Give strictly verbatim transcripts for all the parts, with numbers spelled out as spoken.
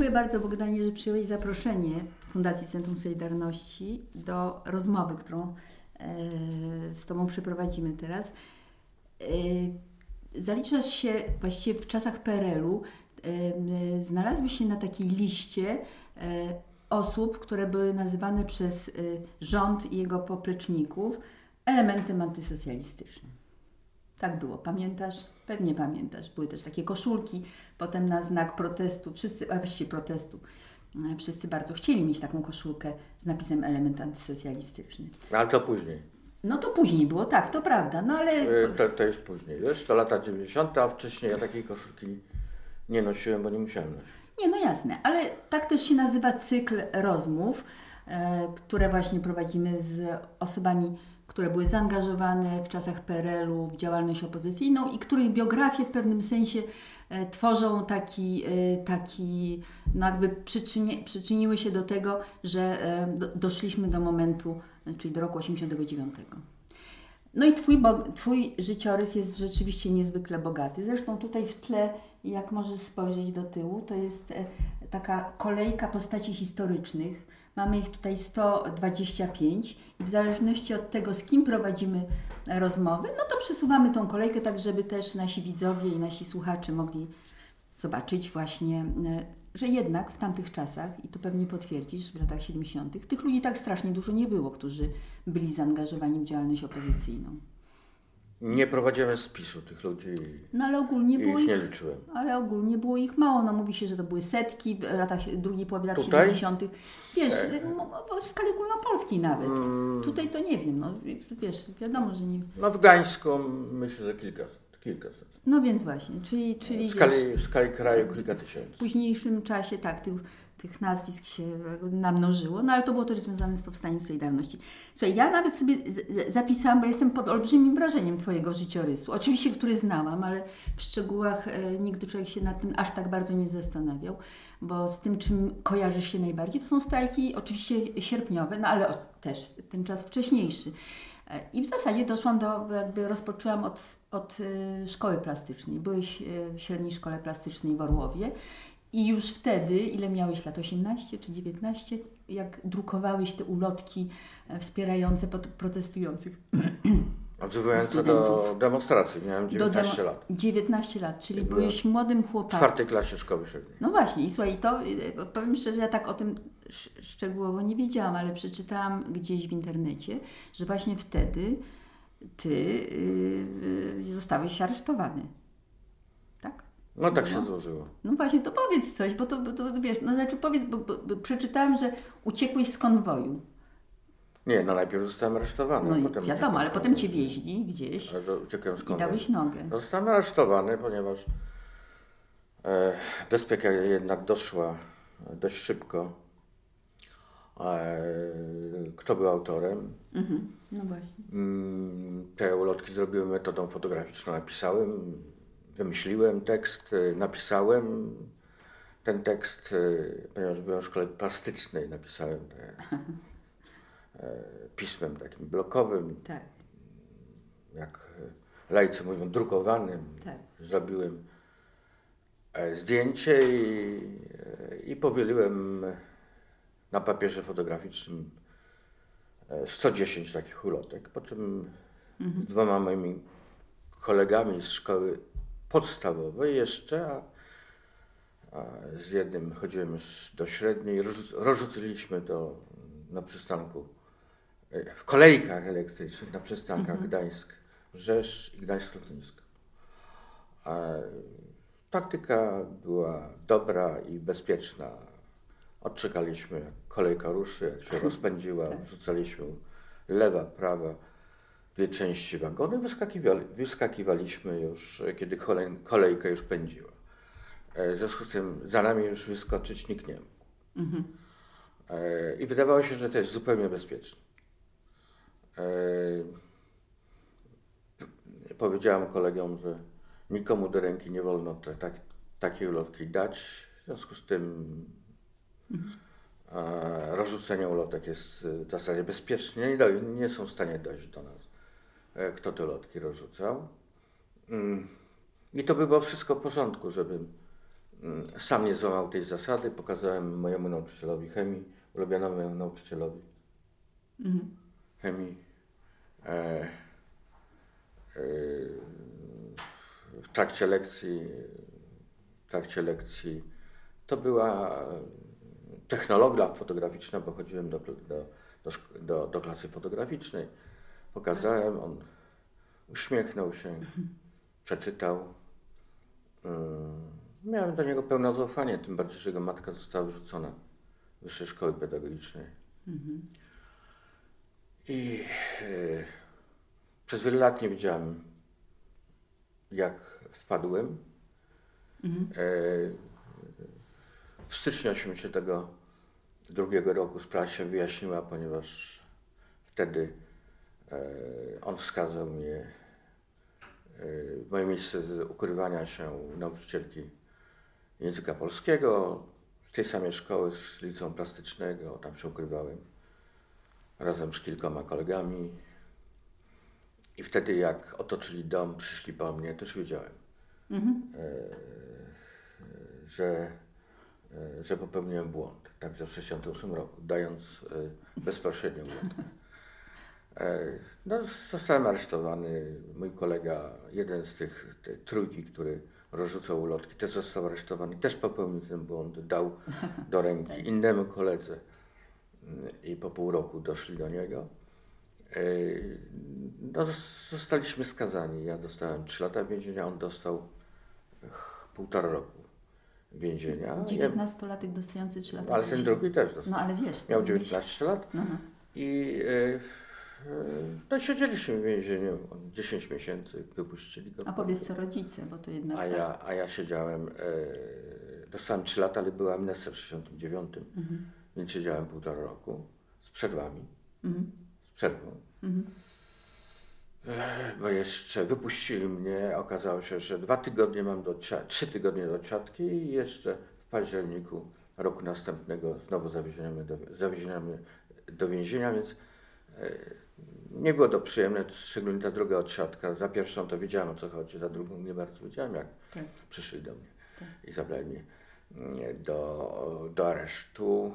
Dziękuję bardzo, Bogdanie, że przyjąłeś zaproszenie Fundacji Centrum Solidarności do rozmowy, którą e, z Tobą przeprowadzimy teraz. E, zaliczasz się właściwie w czasach P R L-u, e, znalazłeś się na takiej liście e, osób, które były nazywane przez e, rząd i jego popleczników elementem antysocjalistycznym. Tak było, pamiętasz? Pewnie pamiętasz. Były też takie koszulki, potem na znak protestu, wszyscy, a właściwie protestu, wszyscy bardzo chcieli mieć taką koszulkę z napisem element antysocjalistyczny. Ale to później. No to później było, tak, to prawda, no ale... To, to już później, wiesz, to lata dziewięćdziesiąte, a wcześniej ja takiej koszulki nie nosiłem, bo nie musiałem nosić. Nie, no jasne, ale tak też się nazywa cykl rozmów, e, które właśnie prowadzimy z osobami, które były zaangażowane w czasach P R L-u w działalność opozycyjną i których biografie w pewnym sensie e, tworzą taki, e, taki no jakby przyczyni, przyczyniły się do tego, że e, do, doszliśmy do momentu, czyli do roku osiemdziesiątego dziewiątego. No i twój, bo, twój życiorys jest rzeczywiście niezwykle bogaty. Zresztą tutaj w tle, jak możesz spojrzeć do tyłu, to jest e, taka kolejka postaci historycznych. Mamy ich tutaj sto dwadzieścia pięć i w zależności od tego, z kim prowadzimy rozmowy, no to przesuwamy tą kolejkę tak, żeby też nasi widzowie i nasi słuchacze mogli zobaczyć właśnie, że jednak w tamtych czasach, i to pewnie potwierdzisz, w latach siedemdziesiątych, tych ludzi tak strasznie dużo nie było, którzy byli zaangażowani w działalność opozycyjną. Nie prowadziłem spisu tych ludzi no, ale ogólnie i było ich nie ich, liczyłem. Ale ogólnie było ich mało. No, mówi się, że to były setki w latach, drugiej połowie lat Tutaj? siedemdziesiątych. Wiesz, E... w skali ogólnopolskiej nawet. Hmm. Tutaj to nie wiem, no wiesz, wiadomo, że nie... No w Gdańsku myślę, że kilkaset. kilkaset. No więc właśnie, czyli... czyli w, skali, wiesz, w skali kraju kilka tysięcy. W późniejszym czasie, tak, tych, tych nazwisk się namnożyło, no ale to było też związane z powstaniem Solidarności. Słuchaj, ja nawet sobie z- zapisałam, bo jestem pod olbrzymim wrażeniem Twojego życiorysu. Oczywiście, który znałam, ale w szczegółach e, nigdy człowiek się nad tym aż tak bardzo nie zastanawiał, bo z tym, czym kojarzysz się najbardziej, to są strajki oczywiście sierpniowe, no ale o, też ten czas wcześniejszy. E, I w zasadzie doszłam do, jakby rozpoczęłam od, od e, szkoły plastycznej. Byłeś e, w średniej szkole plastycznej w Orłowie. I już wtedy, ile miałeś lat, osiemnaście czy dziewiętnaście, jak drukowałeś te ulotki wspierające protestujących Odzywające do demonstracji, miałem dziewiętnaście demo- lat. dziewiętnaście lat, czyli byłeś młodym chłopakiem. W czwartej klasie szkoły średniej. No właśnie, i słuchaj, to powiem szczerze, ja tak o tym szczegółowo nie wiedziałam, ale przeczytałam gdzieś w internecie, że właśnie wtedy ty yy, zostałeś aresztowany. Tak? No tak się złożyło. No właśnie, to powiedz coś, bo to, bo to wiesz, no znaczy powiedz, bo, bo, bo przeczytałam, że uciekłeś z konwoju. Nie, no najpierw zostałem aresztowany. No potem wiadomo, ale potem cię wieźli gdzieś ale to uciekłem z i konwoju. dałeś nogę. Zostałem aresztowany, ponieważ e, bezpieka jednak doszła dość szybko. E, kto był autorem? Mhm, no właśnie. Mm, te ulotki zrobiłem metodą fotograficzną. Napisałem, wymyśliłem tekst, napisałem ten tekst, ponieważ byłem w szkole plastycznej, napisałem te, e, pismem takim blokowym, Tak. jak laicy mówią, drukowanym. Tak. Zrobiłem e, zdjęcie i, e, i powieliłem na papierze fotograficznym sto dziesięć takich ulotek, po czym mhm. z dwoma moimi kolegami z szkoły podstawowej jeszcze, a, a z jednym chodziłem już do średniej, rozrzuc- rozrzuciliśmy to na przystanku, w kolejkach elektrycznych na przystankach mhm. Gdańsk, Rzesz i Gdańsk-Lotnisko. Taktyka była dobra i bezpieczna. Odczekaliśmy, jak kolejka ruszy, jak się rozpędziła, wrzucaliśmy lewa, prawa, dwie części wagony, wyskakiwali, wyskakiwaliśmy już, kiedy kolej, kolejka już pędziła. W związku z tym za nami już wyskoczyć nikt nie mógł. Mhm. I wydawało się, że to jest zupełnie bezpieczne. Powiedziałem kolegom, że nikomu do ręki nie wolno te, tak, takiej ulotki dać, w związku z tym mhm. rozrzucenie ulotek jest w zasadzie bezpieczne i nie są w stanie dojść do nas, kto te ulotki rozrzucał. I to by było wszystko w porządku, żebym sam nie złamał tej zasady. Pokazałem mojemu nauczycielowi chemii, ulubionemu nauczycielowi Mhm. chemii e, e, w trakcie lekcji, w trakcie lekcji to była technologia fotograficzna, bo chodziłem do, do, do, do, do klasy fotograficznej. Pokazałem, on uśmiechnął się, przeczytał. Miałem do niego pełne zaufanie, tym bardziej, że jego matka została wyrzucona z Wyższej Szkoły Pedagogicznej. Mhm. I e, przez wiele lat nie wiedziałem, jak wpadłem. Mhm. E, w styczniu osiemdziesiątego drugiego roku sprawa się wyjaśniła, ponieważ wtedy e, on wskazał mnie e, w moje miejsce ukrywania się nauczycielki języka polskiego z tej samej szkoły, z liceum plastycznego. Tam się ukrywałem razem z kilkoma kolegami. I wtedy jak otoczyli dom, przyszli po mnie, też wiedziałem, Mhm. e, że, e, że popełniłem błąd. Także w tysiąc dziewięćset sześćdziesiątym ósmym roku, dając e, bezpośrednią ulotkę. E, no, zostałem aresztowany. Mój kolega, jeden z tych tej trójki, który rozrzucał ulotki, też został aresztowany. Też popełnił ten błąd. Dał do ręki innemu koledze. I po pół roku doszli do niego. No, zostaliśmy skazani. Ja dostałem trzy lata więzienia, on dostał półtora roku więzienia. dziewiętnastolatek dostający trzy lata Ale ten więzienia. drugi też dostał. No ale wiesz... Miał to dziewiętnaście lat No, no. i e, no, siedzieliśmy w więzieniu dziesięć miesięcy, wypuścili go. A powiedz co rodzice, bo to jednak A tak... ja, a ja siedziałem, e, dostałem trzy lata, ale była amnestia w sześćdziesiątym dziewiątym, Mhm. więc siedziałem półtora roku z przerwami, Mhm. z przerwą. Mhm. Bo jeszcze wypuścili mnie, okazało się, że dwa tygodnie mam do cia- trzy tygodnie do siatki i jeszcze w październiku roku następnego znowu zawieziono mnie do, zawieziono mnie do więzienia, więc e, nie było to przyjemne, szczególnie ta druga odsiadka. Za pierwszą to wiedziałem, o co chodzi, za drugą nie bardzo wiedziałem, jak Tak. przyszli do mnie Tak. i zabrali mnie mm, do, do aresztu.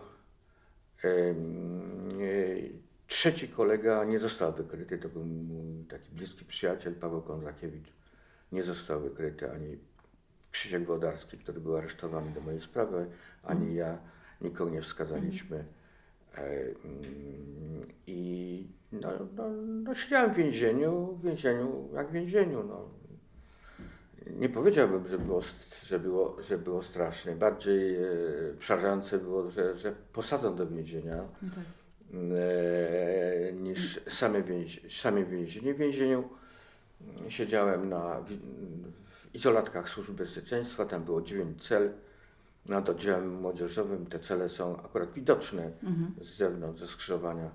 Ym, e, Trzeci kolega nie został wykryty, to był mój taki bliski przyjaciel, Paweł Kondrakiewicz. Nie został wykryty ani Krzysiek Włodarski, który był aresztowany do mojej sprawy, ani ja, nikogo nie wskazaliśmy. E, mm, I no, no, no, siedziałem w więzieniu, w więzieniu, jak w więzieniu. No. Nie powiedziałbym, że było, że było, że było strasznie. Bardziej e, przerażające było, że, że posadzą do więzienia. No tak. E, niż same, więzi, same więzienie. W więzieniu siedziałem na, w, w izolatkach Służby Bezpieczeństwa, tam było dziewięć cel nad oddziałem młodzieżowym. Te cele są akurat widoczne Mhm. z zewnątrz, ze skrzyżowania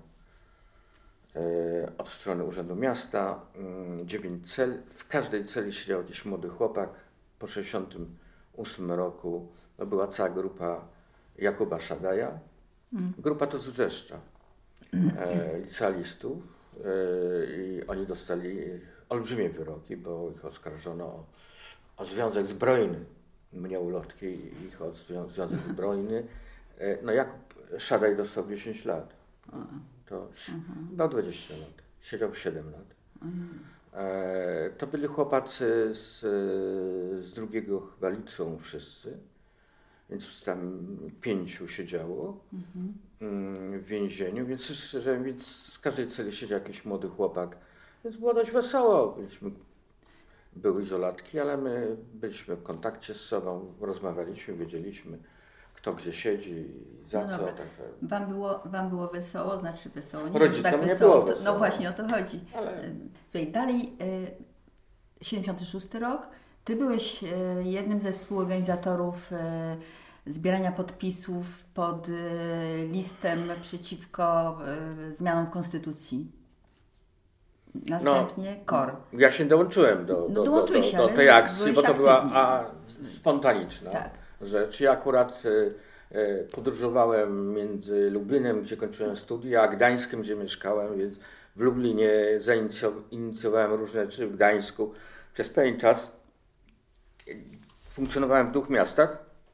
e, od strony Urzędu Miasta. Mm, dziewięć cel. W każdej celi siedział jakiś młody chłopak. Po sześćdziesiątym ósmym roku to była cała grupa Jakuba Szadaja. Mhm. Grupa to z Brzeszcza. E, licealistów e, i oni dostali olbrzymie wyroki, bo ich oskarżono o, o związek zbrojny. Mnie ulotki i ich o zwią- związek zbrojny. E, no Jakub Szadaj dostał dziesięć lat. To chyba dwadzieścia lat. Siedział siedem lat. E, to byli chłopacy z, z drugiego chyba liceum wszyscy. Więc tam pięciu siedziało Mhm. w więzieniu, więc, że, więc w każdej celi siedział jakiś młody chłopak, więc było dość wesoło. Byliśmy, były izolatki, ale my byliśmy w kontakcie z sobą, rozmawialiśmy, wiedzieliśmy, kto gdzie siedzi i za No co. dobra. Także, Wam było, wam było wesoło, znaczy wesoło, nie Rodzicom wiem, czy tak nie wesoło. było co- wesoło. No właśnie o to chodzi. ale E, Słuchaj, dalej, e, siedemdziesiąty szósty rok, ty byłeś e, jednym ze współorganizatorów e, zbierania podpisów pod e, listem przeciwko e, zmianom w Konstytucji. Następnie K O R. ja się dołączyłem do, do, No do, do, dołączyłeś się, do ale tej akcji, byłeś bo to była aktywnie. a, spontaniczna Tak. rzecz. Ja akurat y, y, podróżowałem między Lublinem, gdzie kończyłem studia, a Gdańskiem, gdzie mieszkałem, więc w Lublinie zainicjowałem różne rzeczy, w Gdańsku. Przez pewien czas funkcjonowałem w dwóch miastach,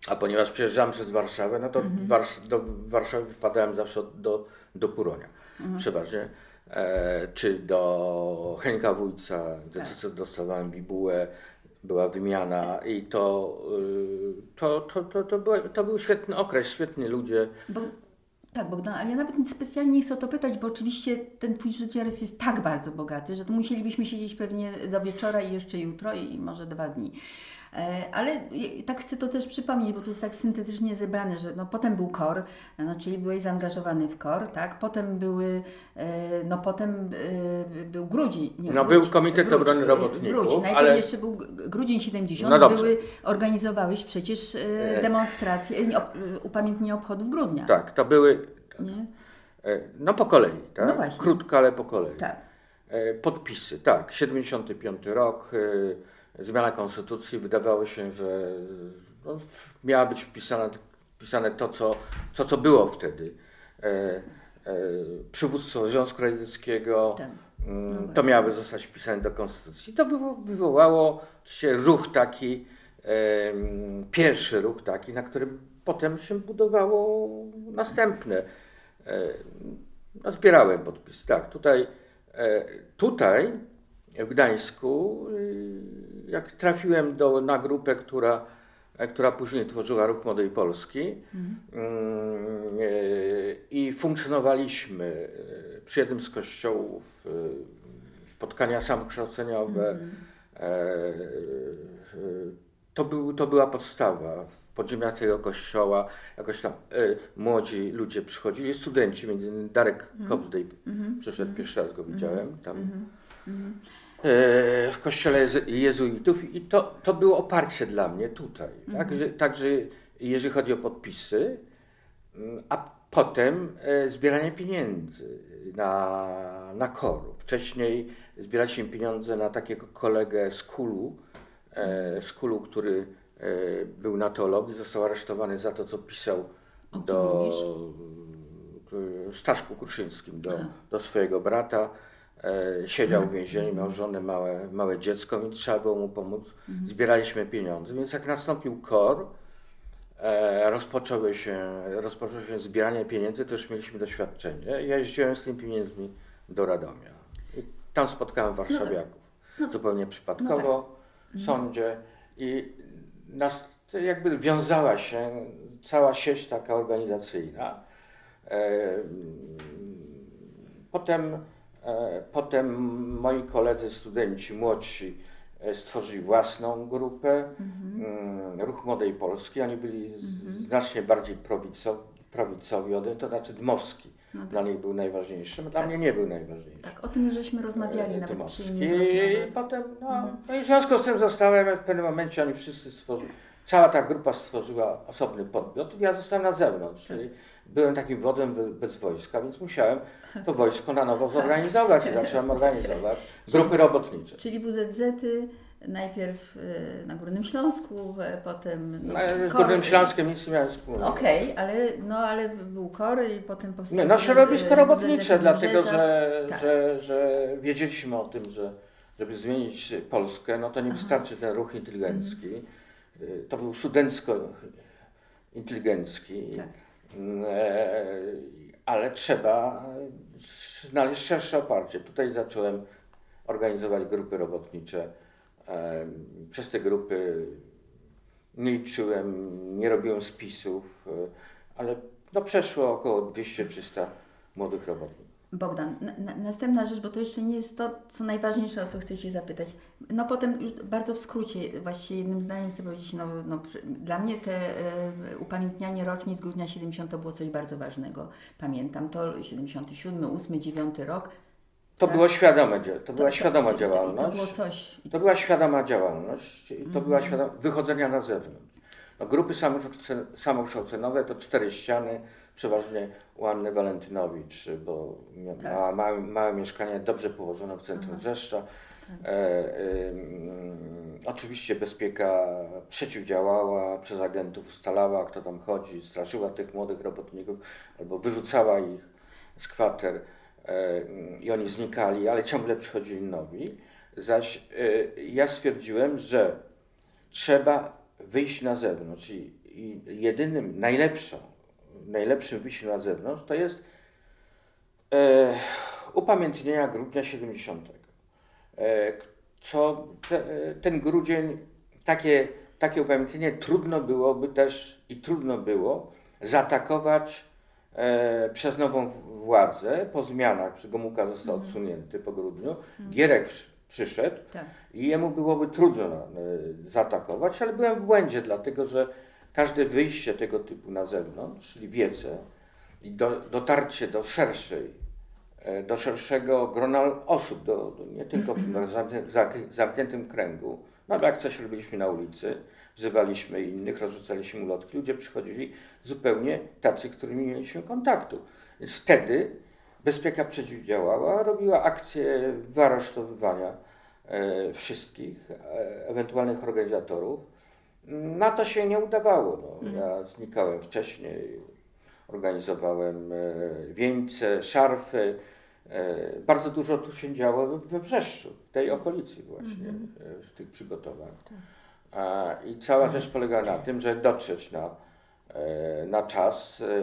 A ponieważ przejeżdżałem przez Warszawę, no to Mhm. Warsz- do Warszawy wpadałem zawsze do, do Puronia. Mhm. Przeważnie. E, czy do Henka Wójca, gdzie Tak. dostawałem bibułę, była wymiana i to, y, to, to, to, to, były, to był świetny okres, świetni ludzie. Bo, tak, Bogdan, ale ja nawet specjalnie nie chcę o to pytać, bo oczywiście ten twój życiorys jest tak bardzo bogaty, że to musielibyśmy siedzieć pewnie do wieczora i jeszcze jutro i może dwa dni. E, Ale je- tak chcę to też przypomnieć, bo to jest tak syntetycznie zebrane, że no, potem był KOR, no, czyli byłeś zaangażowany w KOR, tak? Potem były, e, no potem e, był Grudzień. Nie, No, Wróć, był Komitet Wróć, Obrony e, Robotników, Wróć. Najpierw ale- jeszcze był G- Grudzień siedemdziesiąt, No dobrze. były, organizowałeś przecież e, demonstracje, e, nie, ob- e, upamiętnienie obchodów grudnia. Tak, to były, Nie? e, no po kolei, tak? No właśnie. Krótko, ale po kolei. Tak. E, Podpisy, tak, siedemdziesiąty piąty rok, e, zmiana konstytucji, wydawało się, że no, w- miała być wpisane, wpisane to, co, to, co było wtedy. E, e, Przywództwo Związku Radzieckiego, Tak. mm, No to właśnie. miałoby zostać wpisane do konstytucji. To wywo- wywołało oczywiście ruch taki, em, pierwszy ruch taki, na którym potem się budowało następne. E, No, zbierałem podpisy, tak. Tutaj, e, tutaj w Gdańsku, y, jak trafiłem do, na grupę, która, e, która później tworzyła Ruch Młodej Polski mm, e, i funkcjonowaliśmy e, przy jednym z kościołów, e, spotkania samokształceniowe. E, e, to, był, to była podstawa. W podziemiach tego kościoła jakoś tam e, młodzi ludzie przychodzili, studenci, między innymi Darek Kobzdej przyszedł, pierwszy raz go widziałem tam e, w kościele jezu- jezuitów i to, to było oparcie dla mnie tutaj. Tak? Że, także jeżeli chodzi o podpisy, mm, a potem e, zbieranie pieniędzy na, na KOR. Wcześniej zbieraliśmy pieniądze na takiego kolegę z Kulu, e, z Kulu, który e, był na teologii, został aresztowany za to, co pisał O kim do mówisz? e, Staszku Kruszyńskim, do, do swojego brata. E, siedział w więzieniu, miał żonę, małe, małe dziecko, więc trzeba było mu pomóc. Zbieraliśmy pieniądze, więc jak nastąpił KOR, e, rozpoczęły się, rozpoczęło się zbieranie pieniędzy, to już mieliśmy doświadczenie. Ja jeździłem z tymi pieniędzmi do Radomia. I tam spotkałem warszawiaków. No. Zupełnie przypadkowo w sądzie i nas, to jakby wiązała się cała sieć taka organizacyjna. E, Potem, e, potem moi koledzy, studenci młodsi e, stworzyli własną grupę, mm, Ruch Młodej Polski. Oni byli z, znacznie bardziej prawicowi, prawicowi ode mnie, to znaczy Dmowski. Dla nich był najważniejszym, dla mnie nie był najważniejszy. Tak, o tym już żeśmy rozmawiali E, nawet Dmowski. przy innych I rozmowach. potem, no, no i w związku z tym zostałem w pewnym momencie, oni wszyscy stworzyli, cała ta grupa stworzyła osobny podmiot, ja zostałem na zewnątrz, czyli byłem takim wodzem we- bez wojska, więc musiałem to wojsko na nowo zorganizować i zacząłem organizować grupy robotnicze. Czyli W Z Z-y najpierw e, na Górnym Śląsku, e, potem... No, No, z KOR- Górnym Śląskiem nic nie miałem wspólnego. Okej, ale, no, ale był KOR i potem powstał... Nie, no środowisko robotnicze, dlatego Wybrzeża. że, Tak. że, że wiedzieliśmy o tym, że żeby zmienić Polskę, no to nie wystarczy ten ruch inteligencki. Y, To był studencko-inteligencki, Tak. e, ale trzeba znaleźć szersze oparcie. Tutaj zacząłem organizować grupy robotnicze. E, Przez te grupy nie liczyłem, nie robiłem spisów, e, ale no przeszło około dwieście trzysta młodych robotników. Bogdan, na, na, następna rzecz, bo to jeszcze nie jest to, co najważniejsze, o co chcę Cię zapytać. No potem już bardzo w skrócie, właściwie jednym zdaniem chcę powiedzieć, no, no przy- dla mnie te e, upamiętnianie rocznic grudnia siedemdziesiątego było coś bardzo ważnego. Pamiętam to, siedemdziesiąty siódmy, ósmy, dziewiąty rok. To Tak. było świadome, dzia- to była To- świadoma to, to, to, działalność. to było coś. To była świadoma działalność i to Mhm. była świadoma wychodzenia na zewnątrz. No, grupy samokształcen- samokształcone to cztery ściany, przeważnie u Anny Walentynowicz, bo mia- Tak. miała małe, małe mieszkanie, dobrze położone w centrum Brzeszcza. Tak. E, ym, oczywiście bezpieka przeciwdziałała, przez agentów ustalała, kto tam chodzi, straszyła tych młodych robotników albo wyrzucała ich z kwater e, i oni znikali, ale ciągle przychodzili nowi. Zaś e, ja stwierdziłem, że trzeba wyjść na zewnątrz i i jedynym, najlepszą, najlepszym wyjściem na zewnątrz to jest e, upamiętnienia grudnia siedemdziesiątego. E, co te, ten grudzień, takie, takie upamiętnienie trudno byłoby też i trudno było zaatakować e, przez nową władzę po zmianach, przy Gomułka został mm. odsunięty po grudniu, mm. Gierek przyszedł tak. i jemu byłoby trudno e, zaatakować, ale byłem w błędzie, dlatego że każde wyjście tego typu na zewnątrz, czyli wiece i do, dotarcie do szerszej, e, do szerszego grona osób, do, do, nie tylko w tym zamkniętym, zamkniętym kręgu, no ale jak coś robiliśmy na ulicy, wzywaliśmy innych, rozrzucaliśmy ulotki, ludzie przychodzili zupełnie tacy, którymi mieliśmy kontaktu. Więc wtedy bezpieka przeciwdziałała, robiła akcje wyaresztowywania e, wszystkich e, ewentualnych organizatorów. Na to się nie udawało. No. Ja znikałem wcześniej, organizowałem e, wieńce, szarfy. E, bardzo dużo tu się działo we, we Wrzeszczu, w tej okolicy właśnie, mm-hmm. e, w tych przygotowaniach. Tak. A, I cała mm. rzecz polega na tym, że dotrzeć na, e, na czas. E,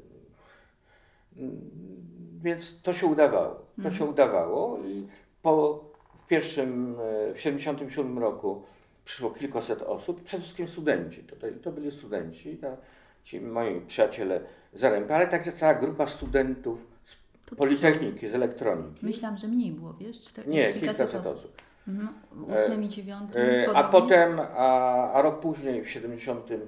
Więc to się udawało. To mhm. się udawało i po, w pierwszym, w siedemdziesiątym siódmym roku przyszło kilkaset osób, przede wszystkim studenci. To, to byli studenci, ta, ci moi przyjaciele z Zaręby, ale także cała grupa studentów z to Politechniki, z elektroniki. Myślałam, że mniej było, wiesz? Cztery, Nie, kilkaset, kilkaset osób. Mhm. W ósmym i dziewiątym e, A potem, a, a rok później, w siedemdziesiątym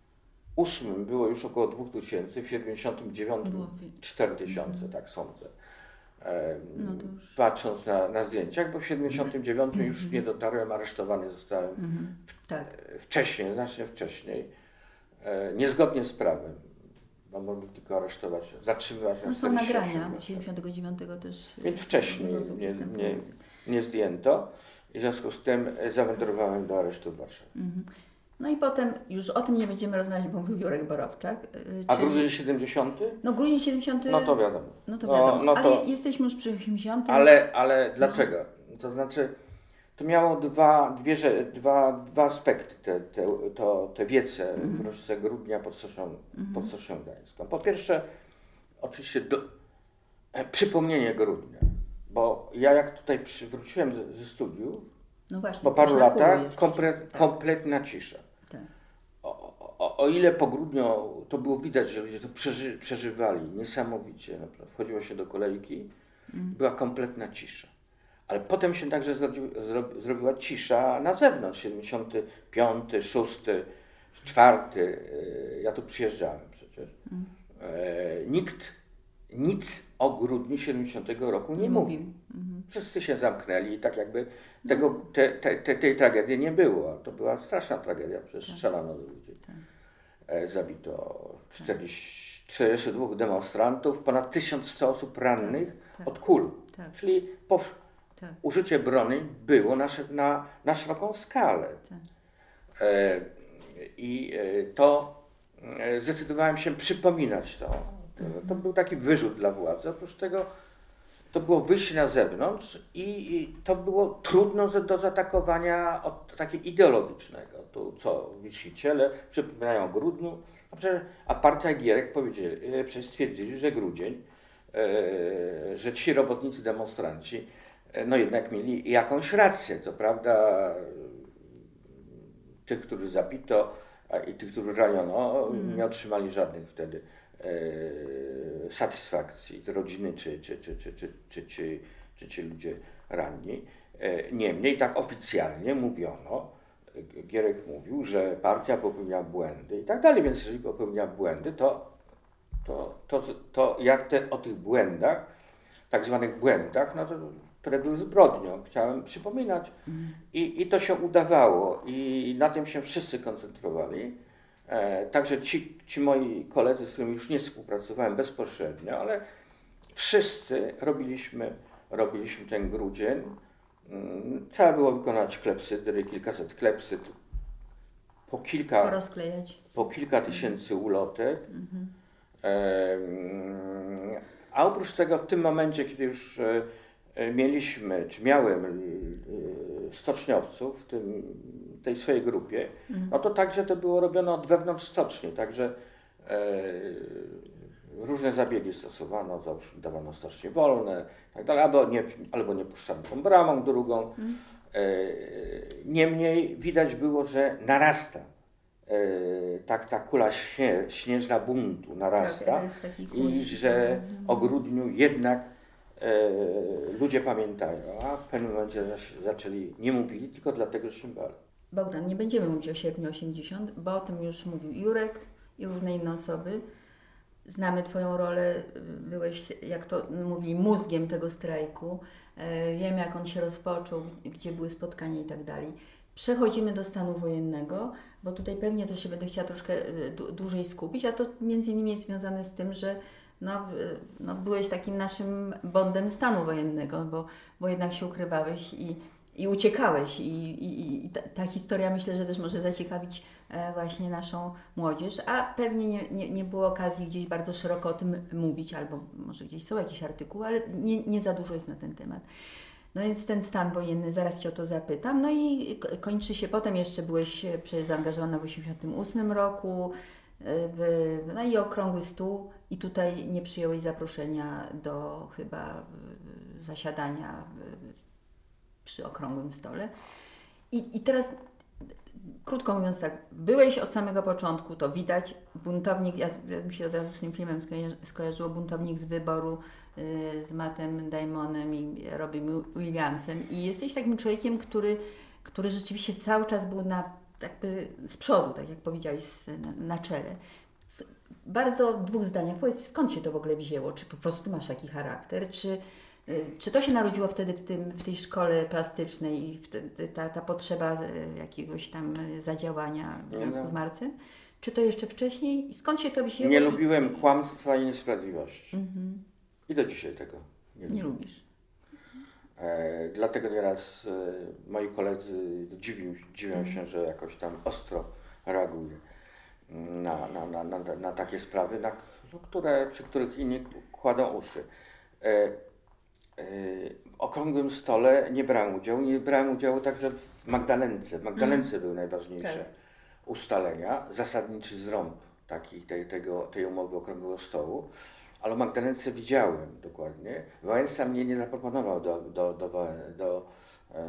ósmym było już około dwóch tysięcy, w siedemdziesiątym dziewiątym cztery tysiące, mm. tak sądzę. E, no już... Patrząc na, na zdjęciach, bo w siedemdziesiątym dziewiątym mm. już nie dotarłem, aresztowany zostałem mm. w, tak. wcześniej, znacznie wcześniej, e, niezgodnie z prawem, bo mogli tylko aresztować, zatrzymywać no na są nagrania siedemdziesiątego dziewiątego też. Więc wcześniej nie, nie, nie zdjęto i w związku z tym zawędrowałem do aresztu w Warszawie. Mm. No i potem, już o tym nie będziemy rozmawiać, bo mówił Jurek Borowczak. Czyli... A grudzień siedemdziesiąty? No grudzień siedemdziesiąty... No to wiadomo. No to wiadomo, no, no to... ale jesteśmy już przy osiemdziesiątym. Ale, ale dlaczego? No. To znaczy, to miało dwa, dwie, dwa, dwa aspekty, te, te, to, te wiece mm. w rocznicę grudnia pod Soszą, mm. pod Soszą Gdańską. Po pierwsze, oczywiście do, e, przypomnienie grudnia, bo ja jak tutaj przy, wróciłem ze, ze studiów, no właśnie, po paru latach komple, tak. kompletna cisza. Tak. O, o, o ile po grudniu to było widać, że ludzie to przeży, przeżywali niesamowicie, no, wchodziło się do kolejki, mm. była kompletna cisza. Ale potem się także zrobi, zrobi, zrobiła cisza na zewnątrz, siedemdziesiąty piąty, szósty, czwarty, ja tu przyjeżdżałem przecież. Mm. E, nikt nic o grudniu siedemdziesiątego roku nie, nie mówił. Mhm. Wszyscy się zamknęli i tak jakby tego, te, te, te, tej tragedii nie było. To była straszna tragedia, przecież tak. strzelano do ludzi. Tak. E, zabito czterdziestu dwóch demonstrantów, ponad tysiąc sto osób rannych tak. Tak. od kul. Tak. Czyli po, tak. użycie broni było na, na, na szeroką skalę. Tak. E, I e, to e, zdecydowałem się przypominać to. To był taki wyrzut dla władzy. Oprócz tego to było wyjście na zewnątrz i, i to było trudno do zaatakowania od takiego ideologicznego. Tu co wisiiciele przypominają o grudniu, a, przecież, a partia Gierek powiedzieli, stwierdzili, że grudzień, e, że ci robotnicy demonstranci e, no jednak mieli jakąś rację. Co prawda tych, którzy zabito a i tych, którzy raniono, mm. nie otrzymali żadnych wtedy E, satysfakcji rodziny czy, czy, czy, czy, czy, czy, czy, czy ci ludzie ranni. E, niemniej tak oficjalnie mówiono, Gierek mówił, że partia popełnia błędy i tak dalej, więc jeżeli popełnia błędy, to, to, to, to jak te, o tych błędach, tak zwanych błędach, no to, które były zbrodnią, chciałem przypominać mm. I, i to się udawało i na tym się wszyscy koncentrowali. E, także ci, ci moi koledzy, z którymi już nie współpracowałem bezpośrednio, ale wszyscy robiliśmy, robiliśmy ten grudzień. Mm, trzeba było wykonać klepsydry, kilkaset klepsydr, po kilka, porozklejać. Po kilka tysięcy ulotek. Mm-hmm. E, a oprócz tego w tym momencie, kiedy już e, mieliśmy, czy miałem e, stoczniowców, w tym tej swojej grupie, no to także to było robione od wewnątrz stoczni, także e, różne zabiegi stosowano, załóżmy dawano stocznie wolne, tak dalej, albo nie, albo nie puszczano tą bramą drugą. Mm. E, niemniej widać było, że narasta e, tak ta kula śnie, śnieżna buntu narasta tak, i że o grudniu jednak e, ludzie pamiętają, a w pewnym momencie zaczęli, nie mówili, tylko dlatego, że się bali. Bogdan, nie będziemy mówić o sierpniu osiemdziesiątym, bo o tym już mówił Jurek i różne inne osoby. Znamy Twoją rolę, byłeś, jak to mówili, mózgiem tego strajku. Wiem, jak on się rozpoczął, gdzie były spotkania i tak dalej. Przechodzimy do stanu wojennego, bo tutaj pewnie to się będę chciała troszkę dłużej skupić, a to między innymi jest związane z tym, że no, no byłeś takim naszym bondem stanu wojennego, bo, bo jednak się ukrywałeś i I uciekałeś i, i, i ta, ta historia myślę, że też może zaciekawić e, właśnie naszą młodzież, a pewnie nie, nie, nie było okazji gdzieś bardzo szeroko o tym mówić, albo może gdzieś są jakieś artykuły, ale nie, nie za dużo jest na ten temat. No więc ten stan wojenny, zaraz Cię o to zapytam. No i kończy się, potem jeszcze byłeś przecież zaangażowany w osiemdziesiątym ósmym roku, w, no i okrągły stół i tutaj nie przyjąłeś zaproszenia do chyba zasiadania przy okrągłym stole. I, I teraz, krótko mówiąc tak, byłeś od samego początku, to widać, buntownik, ja, ja mi się od razu z tym filmem skojarzy, skojarzyło, buntownik z wyboru y, z Mattem Damonem i Robin Williamsem i jesteś takim człowiekiem, który, który rzeczywiście cały czas był na, jakby z przodu, tak jak powiedziałeś, na, na czele. Z, bardzo w dwóch zdaniach, powiedz, skąd się to w ogóle wzięło? Czy po prostu masz taki charakter, czy Czy to się narodziło wtedy w, tym, w tej szkole plastycznej i wtedy ta, ta potrzeba jakiegoś tam zadziałania w związku z Marcem? Czy to jeszcze wcześniej? Skąd się to wzięło? Nie i... lubiłem kłamstwa i niesprawiedliwości. Mm-hmm. I do dzisiaj tego nie, nie lubię. lubisz. E, dlatego nieraz e, moi koledzy dziwią, dziwią mm. się, że jakoś tam ostro reaguję na, na, na, na, na takie sprawy, na, które, przy których inni kładą uszy. E, W okrągłym stole nie brałem udziału, nie brałem udziału także w Magdalence. W Magdalence mm. były najważniejsze tak. ustalenia, zasadniczy zrąb taki, tej, tego, tej umowy okrągłego stołu, ale o Magdalence widziałem dokładnie. Wałęsa mnie nie zaproponował do, do, do, do, do, e,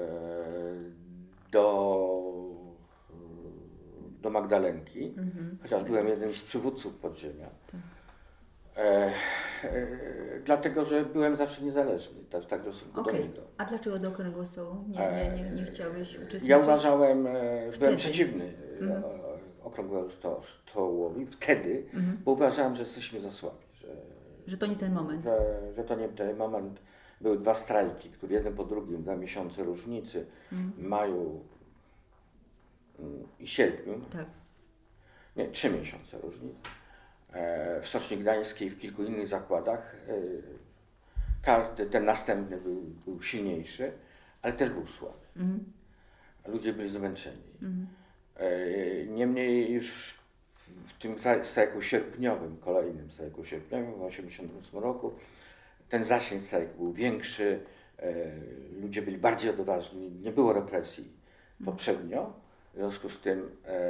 do, do Magdalenki, mm-hmm. chociaż byłem jednym z przywódców podziemia. Tak. E, e, dlatego, że byłem zawsze niezależny, tak, tak w stosunku okay. do niego. A dlaczego do okrągłego stołu? Nie, nie, nie, nie chciałeś uczestniczyć? Ja uważałem, e, byłem przeciwny mm. okrągłemu sto, stołowi wtedy, mm. bo uważałem, że jesteśmy za słabi. Że, że to nie ten moment. Że, że to nie ten moment. Były dwa strajki, które jeden po drugim, dwa miesiące różnicy, mm. w maju mm, i sierpniu. Tak. Nie, trzy miesiące różnicy. W Stoczni Gdańskiej, w kilku innych zakładach. Każdy, ten następny był, był silniejszy, ale też był słaby. Mm. Ludzie byli zmęczeni. Mm. Niemniej już w tym strajku sierpniowym, kolejnym strajku sierpniowym w tysiąc dziewięćset osiemdziesiątym ósmym roku, ten zasięg strajku był większy, ludzie byli bardziej odważni, nie było represji mm. poprzednio, w związku z tym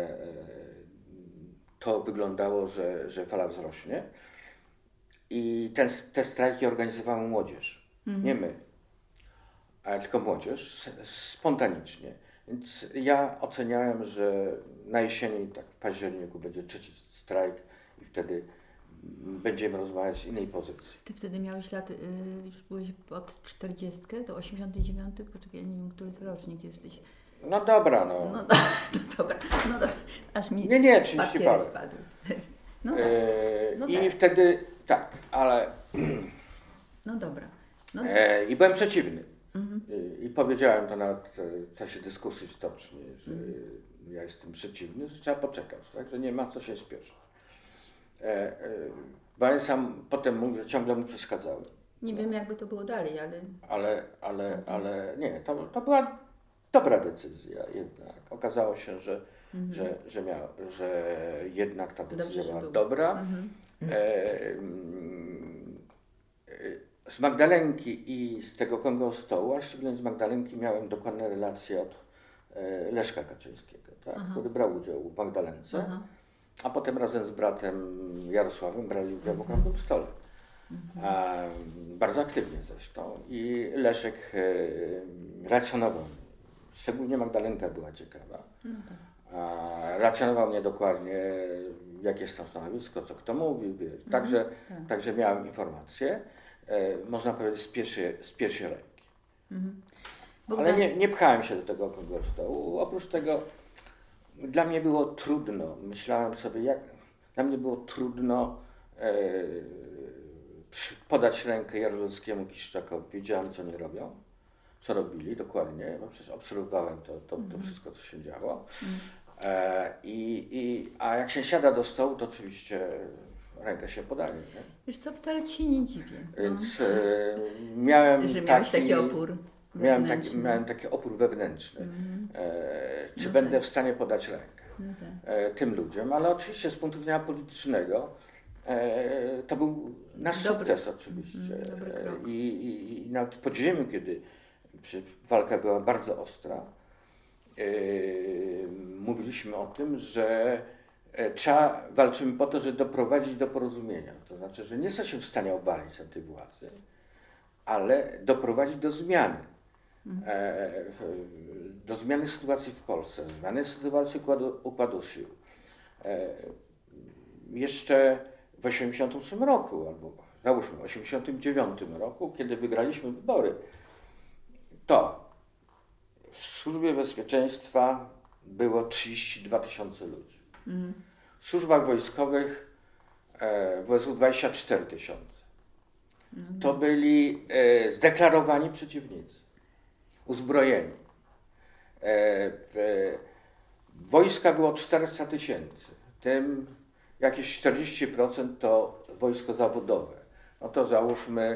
to wyglądało, że, że fala wzrośnie i ten, te strajki organizowała młodzież, mm. nie my, ale tylko młodzież, spontanicznie. Więc ja oceniałem, że na jesieni, tak w październiku będzie trzeci strajk i wtedy będziemy rozmawiać z innej pozycji. Ty wtedy miałeś lat, y, już byłeś od czterdziestki do osiemdziesiątego dziewiątego, poczekaj, ja nie wiem, który to rocznik jesteś. No dobra, no. No, no dobra, no dobra, aż mi nie, nie, trzydzieści parę spadły. No tak, no I tak. wtedy, tak, ale... No dobra. No e, I byłem przeciwny. Mhm. I, I powiedziałem to na w czasie dyskusji w stoczni, że mhm. ja jestem przeciwny, że trzeba poczekać, tak, że nie ma co się spieszyć. E, e, Wałęsa potem mówił, że ciągle mu przeszkadzały. Nie no. wiem, jakby to było dalej, ale... Ale, ale, ale nie, to, to była dobra decyzja jednak. Okazało się, że, mhm. że, że, miał, że jednak ta decyzja Dobrze, była dobra. Mhm. E, z Magdalenki i z tego okrągłego stołu, a szczególnie z Magdalenki miałem dokładne relacje od e, Leszka Kaczyńskiego, tak? Który brał udział w Magdalence, Aha. a potem razem z bratem Jarosławem brali udział w Okrągłym Stole. Mhm. A, bardzo aktywnie zresztą. I Leszek e, racjonował. Szczególnie Magdalenka była ciekawa. No tak. A, racjonował mnie dokładnie, jakie jest tam stanowisko, co kto mówi. Wiesz. Mhm. Także, tak. także miałem informacje, e, można powiedzieć, z pierwszej, z pierwszej ręki. Mhm. Ale nie, nie pchałem się do tego okrągłego stołu. Oprócz tego dla mnie było trudno. Myślałem sobie, jak... Dla mnie było trudno e, podać rękę Jaruzelskiemu, Kiszczakowi. Wiedziałem, co nie robią, co robili dokładnie, bo przecież obserwowałem to, to, to mm. wszystko, co się działo. Mm. E, i, i, a jak się siada do stołu, to oczywiście rękę się podaje. Nie? Wiesz co, wcale ci się nie dziwię. Więc no. e, miałem Że miałeś taki, taki opór miałem taki, miałem taki opór wewnętrzny. Mm. E, czy no będę tak. w stanie podać rękę no tak. e, tym ludziom, ale oczywiście z punktu widzenia politycznego e, to był nasz dobry, sukces oczywiście. Mm, I, i, I nawet w podziemiu, kiedy walka była bardzo ostra, e, mówiliśmy o tym, że e, trzeba, walczymy po to, żeby doprowadzić do porozumienia. To znaczy, że nie jesteśmy w stanie obalić tej władzy, ale doprowadzić do zmiany. Mm. E, do zmiany sytuacji w Polsce, zmiany sytuacji układu, układu sił. E, jeszcze w osiemdziesiątym ósmym roku, albo załóżmy w osiemdziesiątym dziewiątym roku, kiedy wygraliśmy wybory, to w Służbie Bezpieczeństwa było trzydzieści dwa tysiące ludzi. Mm. W służbach wojskowych e, W S U dwadzieścia cztery tysiące. Mm. To byli e, zdeklarowani przeciwnicy, uzbrojeni. E, w, wojska było czterysta tysięcy, w tym jakieś czterdzieści procent to wojsko zawodowe. No to załóżmy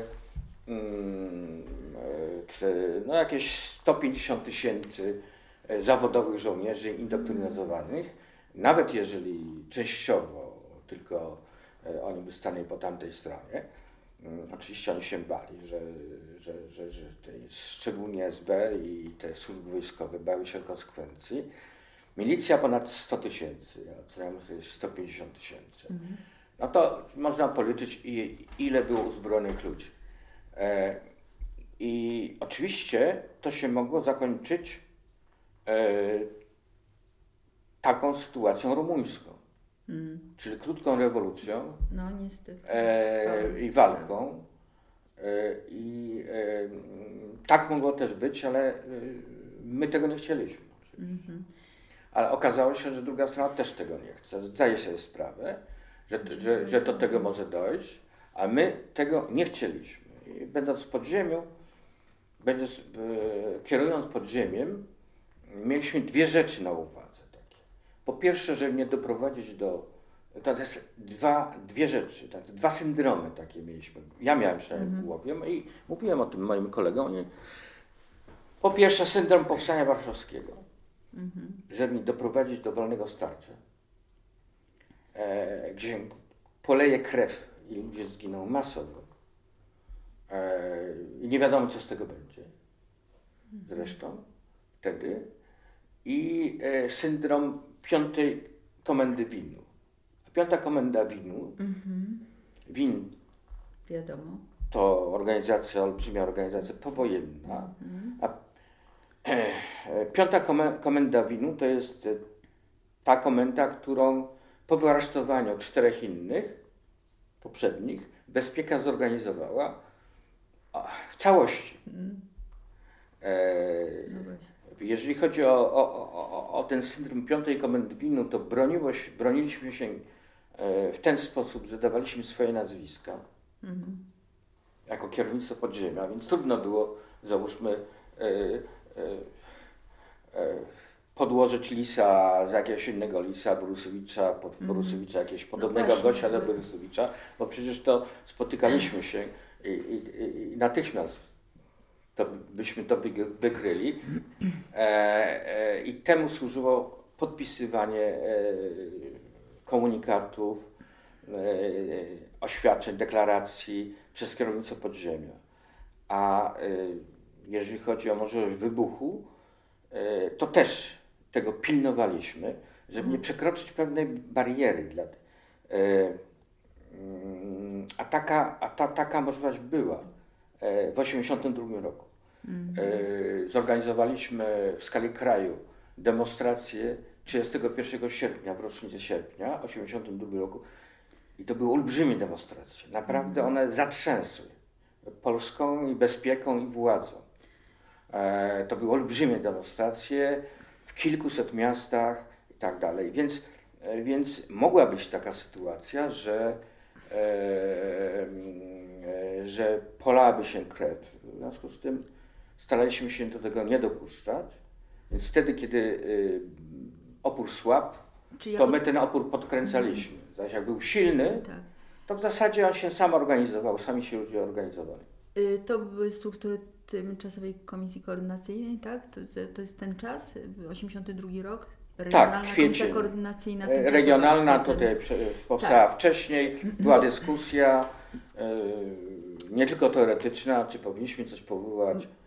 mm, czy, no jakieś sto pięćdziesiąt tysięcy zawodowych żołnierzy indoktrynowanych, nawet jeżeli częściowo tylko oni by stanęli po tamtej stronie. Oczywiście oni się bali, że, że, że, że te, szczególnie S B i te służby wojskowe bały się konsekwencji. Milicja ponad sto tysięcy, co ja mówię, sto pięćdziesiąt tysięcy. Mhm. No to można policzyć, ile było uzbrojonych ludzi. E, I oczywiście to się mogło zakończyć e, taką sytuacją rumuńską. Mm. Czyli krótką rewolucją no, niestety. E, i walką. E, I e, tak mogło też być, ale e, my tego nie chcieliśmy. Mm-hmm. Ale okazało się, że druga strona też tego nie chce. Zdaje sobie sprawę, że, że, że do tego może dojść, a my tego nie chcieliśmy. I będąc w podziemiu, będąc, e, kierując podziemiem, mieliśmy dwie rzeczy na uwadze. Po pierwsze, żeby nie doprowadzić do... To jest dwa, dwie rzeczy, tak, dwa syndromy takie mieliśmy. Ja miałem przynajmniej mm-hmm. w głowie i mówiłem o tym moim kolegom. Nie? Po pierwsze, syndrom Powstania Warszawskiego. Mm-hmm. Żeby nie doprowadzić do wolnego starcia. E, gdzie poleje krew i ludzie zginą masowo. E, I nie wiadomo, co z tego będzie. Zresztą wtedy. I e, syndrom piątej komendy winu. A piąta komenda winu, mm-hmm. win, wiadomo, to organizacja, olbrzymia organizacja powojenna, mm-hmm. a e, e, piąta kom- komenda winu to jest ta komenda, którą po wyaresztowaniu czterech innych, poprzednich, bezpieka zorganizowała a, w całości. Mm. E, no Jeżeli chodzi o, o, o, o ten syndrom piątej komendy winu, to broniło się, broniliśmy się w ten sposób, że dawaliśmy swoje nazwiska mm-hmm. jako kierownictwo podziemia, więc trudno było, załóżmy, e, e, e, podłożyć lisa z jakiegoś innego lisa, Borusewicza, pod Borusewicza, jakiegoś podobnego no gościa do Borusewicza, bo przecież to spotykaliśmy się i, i, i natychmiast to byśmy to wykryli e, e, i temu służyło podpisywanie e, komunikatów, e, oświadczeń, deklaracji przez kierownictwo podziemia. A e, jeżeli chodzi o możliwość wybuchu, to też tego pilnowaliśmy, żeby nie przekroczyć pewnej bariery. Dla, a taka, a ta, taka możliwość była w osiemdziesiątym drugim roku. Mm-hmm. Zorganizowaliśmy w skali kraju demonstrację trzydziestego pierwszego sierpnia, w rocznicę sierpnia osiemdziesiątym drugim roku. I to były olbrzymie demonstracje. Naprawdę mm-hmm. one zatrzęsły Polską i bezpieką i władzą. E, to były olbrzymie demonstracje w kilkuset miastach i tak dalej. Więc, e, więc mogła być taka sytuacja, że, e, e, że polałaby się krew. W związku z tym staraliśmy się do tego nie dopuszczać. Więc wtedy, kiedy y, opór słabł, to jako... my ten opór podkręcaliśmy. Zaś jak był silny, tak. to w zasadzie on się sam organizował, sami się ludzie organizowali. Y, to były struktury Tymczasowej Komisji Koordynacyjnej, tak? To, to, to jest ten czas, osiemdziesiąty drugi rok? Regionalna tak, Komisja Koordynacyjna Tymczasowa. Regionalna tutaj powstała tak. wcześniej, była dyskusja, y, nie tylko teoretyczna, czy powinniśmy coś powołać, y,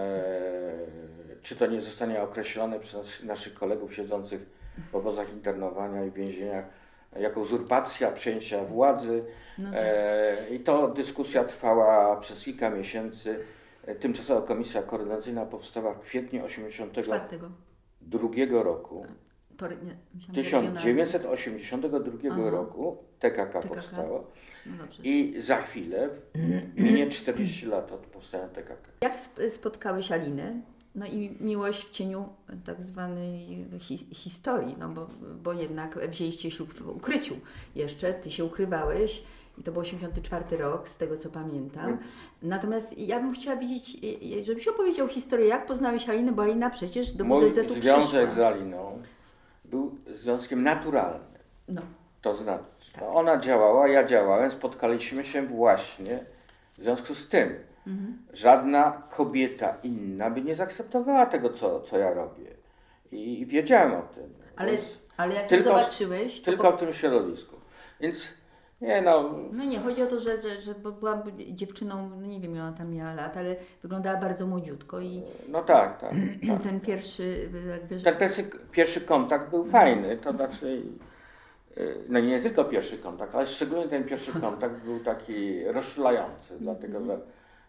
czy to nie zostanie określone przez naszych kolegów siedzących w obozach internowania i więzieniach jako uzurpacja przejęcia władzy. No tak. e, I to dyskusja trwała przez kilka miesięcy. Tymczasowa Komisja Koordynacyjna powstała w kwietniu osiemdziesiątego drugiego roku. To, nie, tysiąc dziewięćset osiemdziesiątego drugiego Aha. roku T K K, T K K powstało. No i za chwilę minie czterdzieści lat od powstania T K K. Jak spotkałeś Alinę? No i miłość w cieniu tak zwanej hi- historii, no bo, bo jednak wzięliście ślub w ukryciu jeszcze, ty się ukrywałeś i to był osiemdziesiąty czwarty rok, z tego co pamiętam. Natomiast ja bym chciała wiedzieć, żebyś opowiedział historię, jak poznałeś Alinę, bo Alina przecież do W Z Z-u przyszła. Mój związek z Aliną był związkiem naturalnym. No. To znaczy, tak. to ona działała, ja działałem, spotkaliśmy się właśnie w związku z tym. Mhm. Żadna kobieta inna by nie zaakceptowała tego, co, co ja robię. I, i wiedziałem o tym. Ale, ale jak tylko, zobaczyłeś... To tylko po... w tym środowisku. Więc nie no... No nie, chodzi o to, że, że, że była dziewczyną, no nie wiem ile ona tam miała lat, ale wyglądała bardzo młodziutko i... No tak, tak. tak. Ten pierwszy... Jakby, że... Ten pierwszy, pierwszy kontakt był fajny, to znaczy... No nie tylko pierwszy kontakt, ale szczególnie ten pierwszy kontakt był taki rozczulający, mm-hmm. dlatego że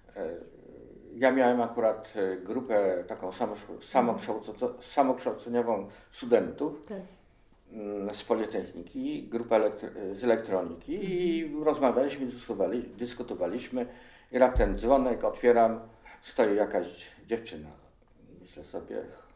ja miałem akurat grupę taką samokształceniową studentów tak. z Politechniki, grupę elektro- z elektroniki mm-hmm. i rozmawialiśmy, dyskutowali, dyskutowaliśmy i raptem dzwonek, otwieram, stoi jakaś dziewczyna. Myślę sobie,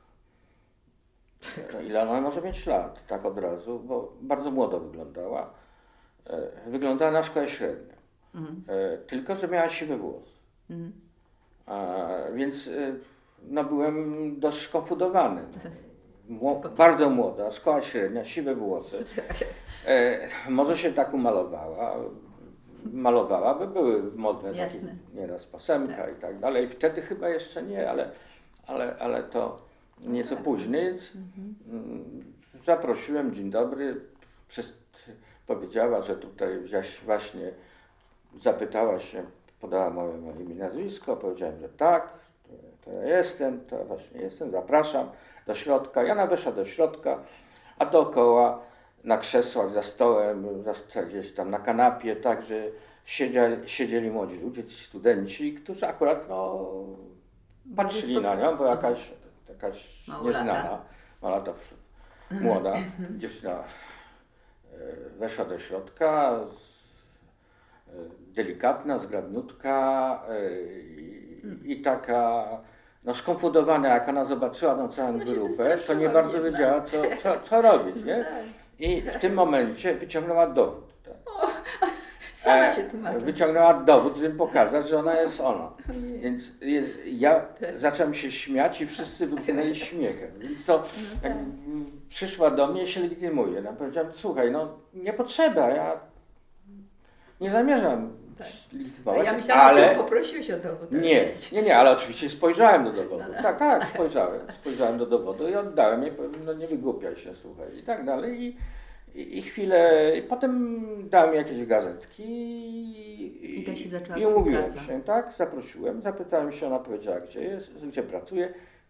ile ona może mieć lat, tak od razu, bo bardzo młodo wyglądała. Wyglądała na szkołę średnią, mm-hmm. tylko że miała siwy włos. Mm. A, więc no, byłem dość skonfudowany. Mło- bardzo młoda, szkoła średnia, siwe włosy. E, może się tak umalowała, malowała, by były modne takie, nieraz pasemka tak. i tak dalej. Wtedy chyba jeszcze nie, ale, ale, ale to nieco tak. później. Więc mm, zaprosiłem, dzień dobry, przez, powiedziała, że tutaj właśnie zapytała się, podała moje, moje imię, nazwisko, powiedziałem, że tak, to, to ja jestem, to właśnie jestem, zapraszam do środka. Ja ona weszła do środka, a dookoła na krzesłach, za stołem, za, gdzieś tam na kanapie, także siedzieli, siedzieli młodzi ludzie, ci studenci, którzy akurat no, patrzyli na nią, bo jakaś, jakaś nieznana, ma lata, młoda dziewczyna weszła do środka, delikatna, zgrabniutka i, i taka no, skonfundowana, jak ona zobaczyła tą całą no grupę, to nie bardzo jednak. wiedziała, co, co, co robić, nie? I w tym momencie wyciągnęła dowód. Tak. O, sama się tłumaczy. Wyciągnęła dowód, żeby pokazać, że ona jest ona. Więc ja zacząłem się śmiać i wszyscy wypłynęli śmiechem. Więc to, jak przyszła do mnie, się legitymuje. No, powiedziałem, słuchaj, no nie potrzeba, ja nie zamierzam tak. legitymować, ja myślałam, ale... że poprosiłeś o dowód. Nie, nie, nie, ale oczywiście spojrzałem do dowodu. No, no. Tak, tak, spojrzałem. Spojrzałem do dowodu i oddałem je, no nie wygłupiaj się, słuchaj, i tak dalej. I, i, i chwilę, i potem dałem jakieś gazetki i, I tak się zaczęła i umówiłem się, tak, zaprosiłem, zapytałem się, ona powiedziała, gdzie jest, gdzie pracuje.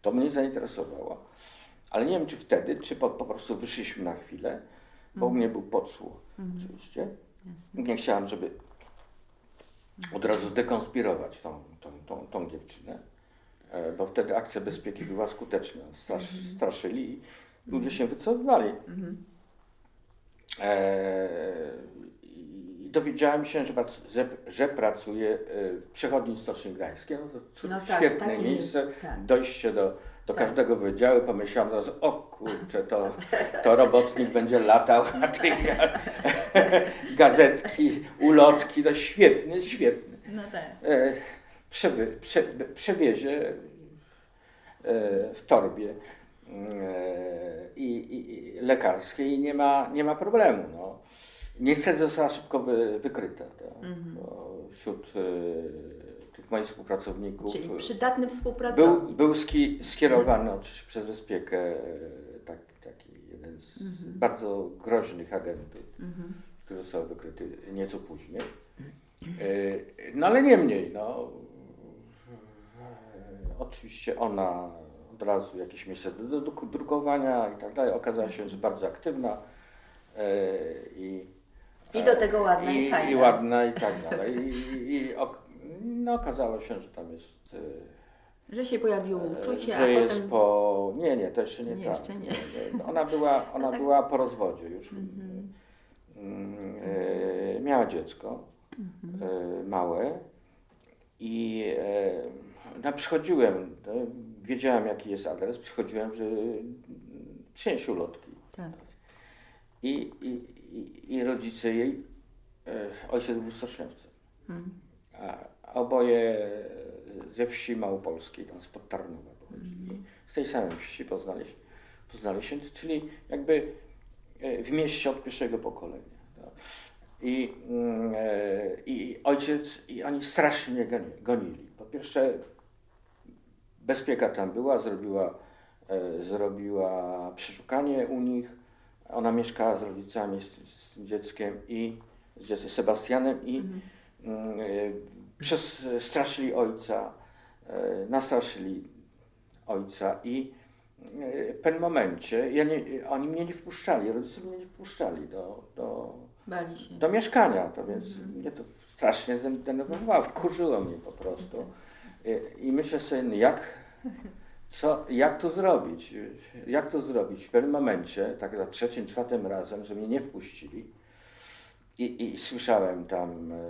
To mnie zainteresowało. Ale nie wiem, czy wtedy, czy po, po prostu wyszliśmy na chwilę, bo u mnie był podsłuch, Mhm. oczywiście. Jasne. Nie chciałam, żeby od razu zdekonspirować tą, tą, tą, tą dziewczynę, e, bo wtedy akcja bezpieki była skuteczna. Strasz, Mhm. straszyli i ludzie się wycofywali. Mhm. E, I dowiedziałem się, że, prac- że, że pracuję w Przechodni Stoczni Gdańskiej. No to cud, No tak, świetne takie miejsce, jest, tak. dojście do, do Tak. każdego wydziału. Pomyślałem teraz, o kurczę, to, to robotnik będzie latał na tej gazetki, ulotki, no świetnie, świetnie. No tak. E, przewy, prze, przewiezie e, w torbie e, i, i, i lekarskiej i nie ma, nie ma problemu. No. Niestety została szybko wy, wykryta. To, Mhm. bo wśród e, tych moich współpracowników Czyli przydatny był, współpracownik. był ski, skierowany oczywiście przez bezpiekę e, tak, taki jeden z Mhm. bardzo groźnych agentów, Mhm. który został wykryty nieco później. E, No ale niemniej, no, e, oczywiście ona od razu jakieś miejsce do, do, do drukowania i tak dalej. Okazało się, że bardzo aktywna e, i, I do tego ładna i, i, fajna. i ładna i tak dalej. I, i, i ok, no, okazało się, że tam jest e, Że się pojawiło uczucie, że a jest potem... po... Nie, nie, to jeszcze nie, Nie, tak. jeszcze nie. nie. Ona była, ona No tak. była po rozwodzie już. Mhm. E, miała dziecko Mhm. e, małe i e, no, przychodziłem, no, wiedziałem jaki jest adres, przychodziłem, że przynieść ulotki. Tak. I, i, i, i rodzice jej, e, ojciec był stoczniowcem, Mhm. a, a oboje ze wsi małopolskiej, tam spod Tarnowa pochodzili. Z tej samej wsi poznali, się- poznali się, czyli jakby e, w mieście od pierwszego pokolenia. No. I, mm, e, I ojciec, i oni strasznie mnie goni- gonili. Po pierwsze, bezpieka tam była, zrobiła, e, zrobiła przeszukanie u nich. Ona mieszkała z rodzicami, z, z tym dzieckiem i z dzieckiem Sebastianem i Mhm. mm, e, przez, straszyli ojca, e, nastraszyli ojca i e, w pewnym momencie ja nie, oni mnie nie wpuszczali, rodzice mnie nie wpuszczali do, do, Bali się. do mieszkania, to więc Mhm. mnie to strasznie zdenerwowało, wkurzyło mnie po prostu. I, i myślę sobie, no jak, co, jak to zrobić, jak to zrobić w pewnym momencie, tak za trzecim, czwartym razem, że mnie nie wpuścili i, i słyszałem tam, e,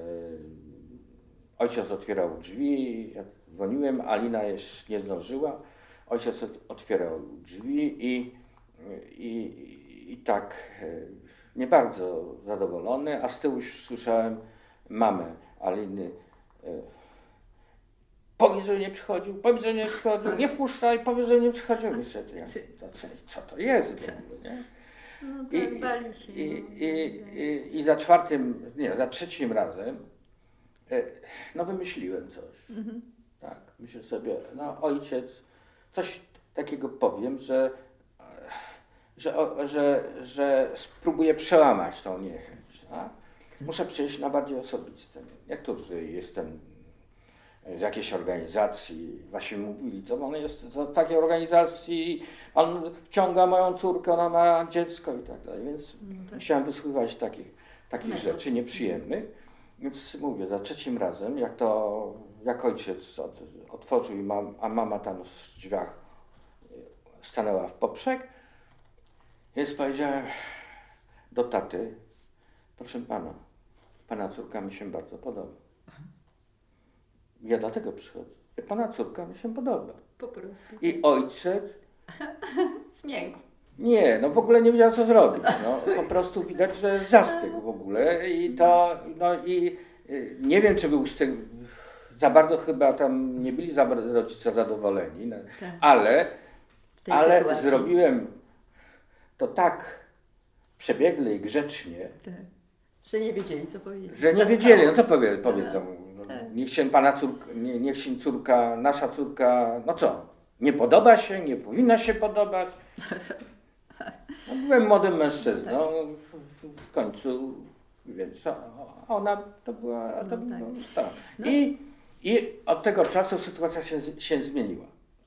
ojciec otwierał drzwi, ja dzwoniłem, Alina jeszcze nie zdążyła, ojciec ot- otwierał drzwi i, i, i tak e, nie bardzo zadowolony, a z tyłu już słyszałem mamę Aliny. E, powiedz, że nie przychodził, powiedz, że nie przychodził, nie wpuszczaj, powiedz, że nie przychodził. Myślę, to ja, to, co, co to jest w ogóle, nie? No tak, I, bali się. i, no. i, i, I za czwartym, nie, za trzecim razem, e, no wymyśliłem coś. Mhm. Tak, myślę sobie, no ojciec, coś takiego powiem, że, e, że, o, że, że spróbuję przełamać tą niechęć. Tak? Muszę przejść na bardziej osobiste. Jak to, że jestem z jakiejś organizacji, właśnie mówili, co on jest z takiej organizacji, on wciąga moją córkę, ona ma dziecko i tak dalej, więc No tak. musiałem wysłuchiwać takich, takich Metod. rzeczy nieprzyjemnych, więc mówię, za trzecim razem, jak to, jak ojciec od, otworzył, i mam, a mama tam w drzwiach stanęła w poprzek, więc powiedziałem do taty, proszę pana, pana córka mi się bardzo podoba. Ja dlatego przychodzę. Pana córka mi się podoba. Po prostu. I ojciec, Zmiękł. nie, no w ogóle nie wiedział co zrobić. No, po prostu widać, że zastygł w ogóle i to, no i y, nie wiem, czy był z tego, za bardzo chyba tam nie byli za, rodzice zadowoleni, no, Tak. ale, W tej ale sytuacji. zrobiłem to tak przebiegle i grzecznie, Tak. Że nie wiedzieli, co powiedzieć. że nie Zatkało. wiedzieli, no to powie, powiedzą, no, tak. niech się pana córka, nie, niech się córka, nasza córka, no co, nie podoba się, nie powinna się podobać. No, byłem młodym mężczyzną, w końcu, więc a ona to była, to No była tak. tak. No. I, I od tego czasu sytuacja się, się zmieniła.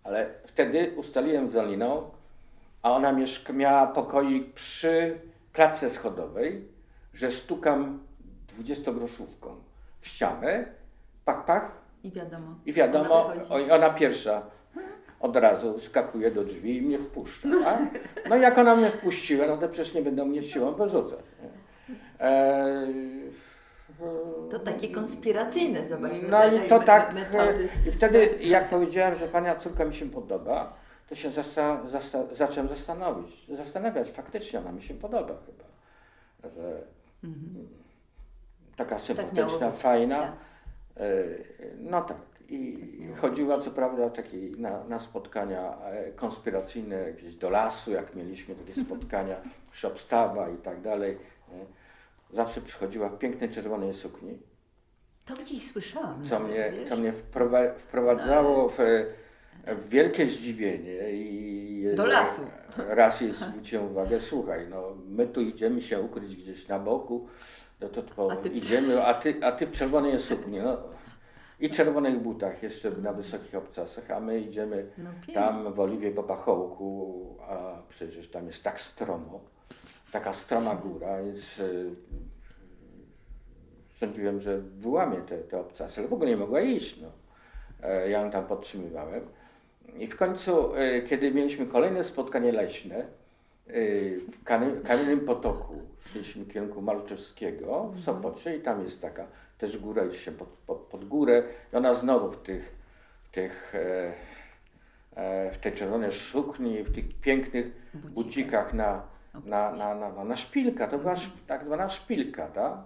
Ale wtedy ustaliłem z Aliną, a ona mieszka, miała pokoik przy klatce schodowej, że stukam dwudziestogroszówką w ścianę, pach, pach. I wiadomo. I wiadomo, ona, ona pierwsza od razu skakuje do drzwi i mnie wpuszcza. Tak? No i jak ona mnie wpuściła, no to przecież nie będą mnie siłą wyrzucać. E, to takie konspiracyjne, zobacz. No i to tak, metody. I wtedy jak powiedziałem, że pana córka mi się podoba, to się zasta, zasta, zacząłem zastanowić, zastanawiać, faktycznie ona mi się podoba chyba, że mhm. taka sympatyczna, tak fajna, tak. No tak. I chodziła co prawda taki na, na spotkania konspiracyjne, gdzieś do lasu, jak mieliśmy takie spotkania, szopstawa i tak dalej. Zawsze przychodziła w pięknej czerwonej sukni. To gdzieś słyszałam. Co mnie, to mnie wprowa- wprowadzało w, w wielkie zdziwienie. I do lasu. Raz jej zwróciłem uwagę, słuchaj, no my tu idziemy się ukryć gdzieś na boku, no to, to a ty... idziemy, a ty, a ty w czerwonej sukni. No. I czerwonych butach, jeszcze na wysokich obcasach, a my idziemy no tam w Oliwie po pachołku, a przecież tam jest tak stromo, taka stroma góra, więc y, sądziłem, że wyłamie te, te obcasy, ale w ogóle nie mogła iść. No. E, ja ją tam podtrzymywałem. I w końcu, y, kiedy mieliśmy kolejne spotkanie leśne, y, w Kamiennym Kamiennym Potoku, szliśmy w kierunku Malczewskiego w Sopocie i tam jest taka też góra, idzie się pod, pod, pod górę i ona znowu w tych, w tych e, e, w tej czerwonej sukni, w tych pięknych Bucika. bucikach na, na, na, na, na, na szpilka, to była szp, tak zwana szpilka, tak?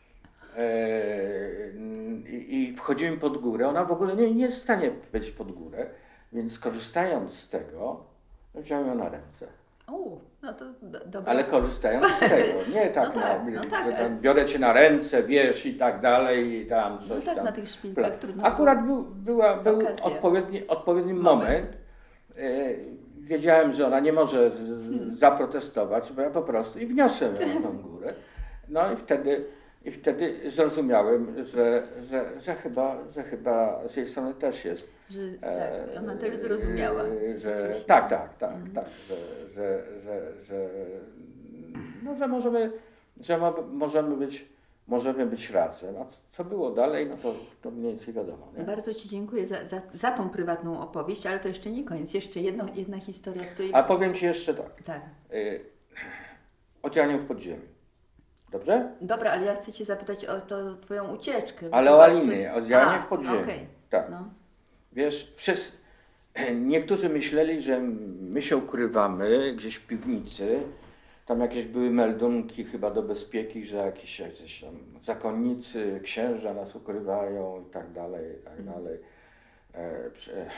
E, i, I wchodzimy pod górę, ona w ogóle nie, nie jest w stanie wejść pod górę, więc korzystając z tego, wziąłem ją na ręce. O, no to do, dobra. Ale korzystając z tego, nie tak, no tak, no, no tak. Że tam biorę cię na ręce, wiesz i tak dalej i tam coś no tak, tam. na tych szpilkach trudno. Akurat był, była, był odpowiedni, odpowiedni moment. moment. Yy, wiedziałem, że ona nie może z, hmm. zaprotestować, bo ja po prostu i wniosłem ją na tą górę. No i wtedy, i wtedy zrozumiałem, że, że, że, chyba, że chyba z jej strony też jest. Że tak, ona też zrozumiała. Że, tak, tak, tak, mm. tak, że, że, że, że, no, że możemy, że mo, możemy być, możemy być razem. A co było dalej, no to, to mniej więcej wiadomo. Nie? Bardzo Ci dziękuję za, za, za tą prywatną opowieść, ale to jeszcze nie koniec. Jeszcze jedno, jedna historia, której... A powiem Ci jeszcze tak. Tak. Y, o działaniu w podziemiu. Dobrze? Dobra, ale ja chcę Cię zapytać o to, Twoją ucieczkę. Ale o Aliny, o działaniu w podziemiu. Okay. Tak. No. Wiesz, wszyscy, niektórzy myśleli, że my się ukrywamy gdzieś w piwnicy, tam jakieś były meldunki chyba do bezpieki, że jakieś, jakieś tam zakonnicy, księża nas ukrywają i tak dalej, i tak dalej. E, prze,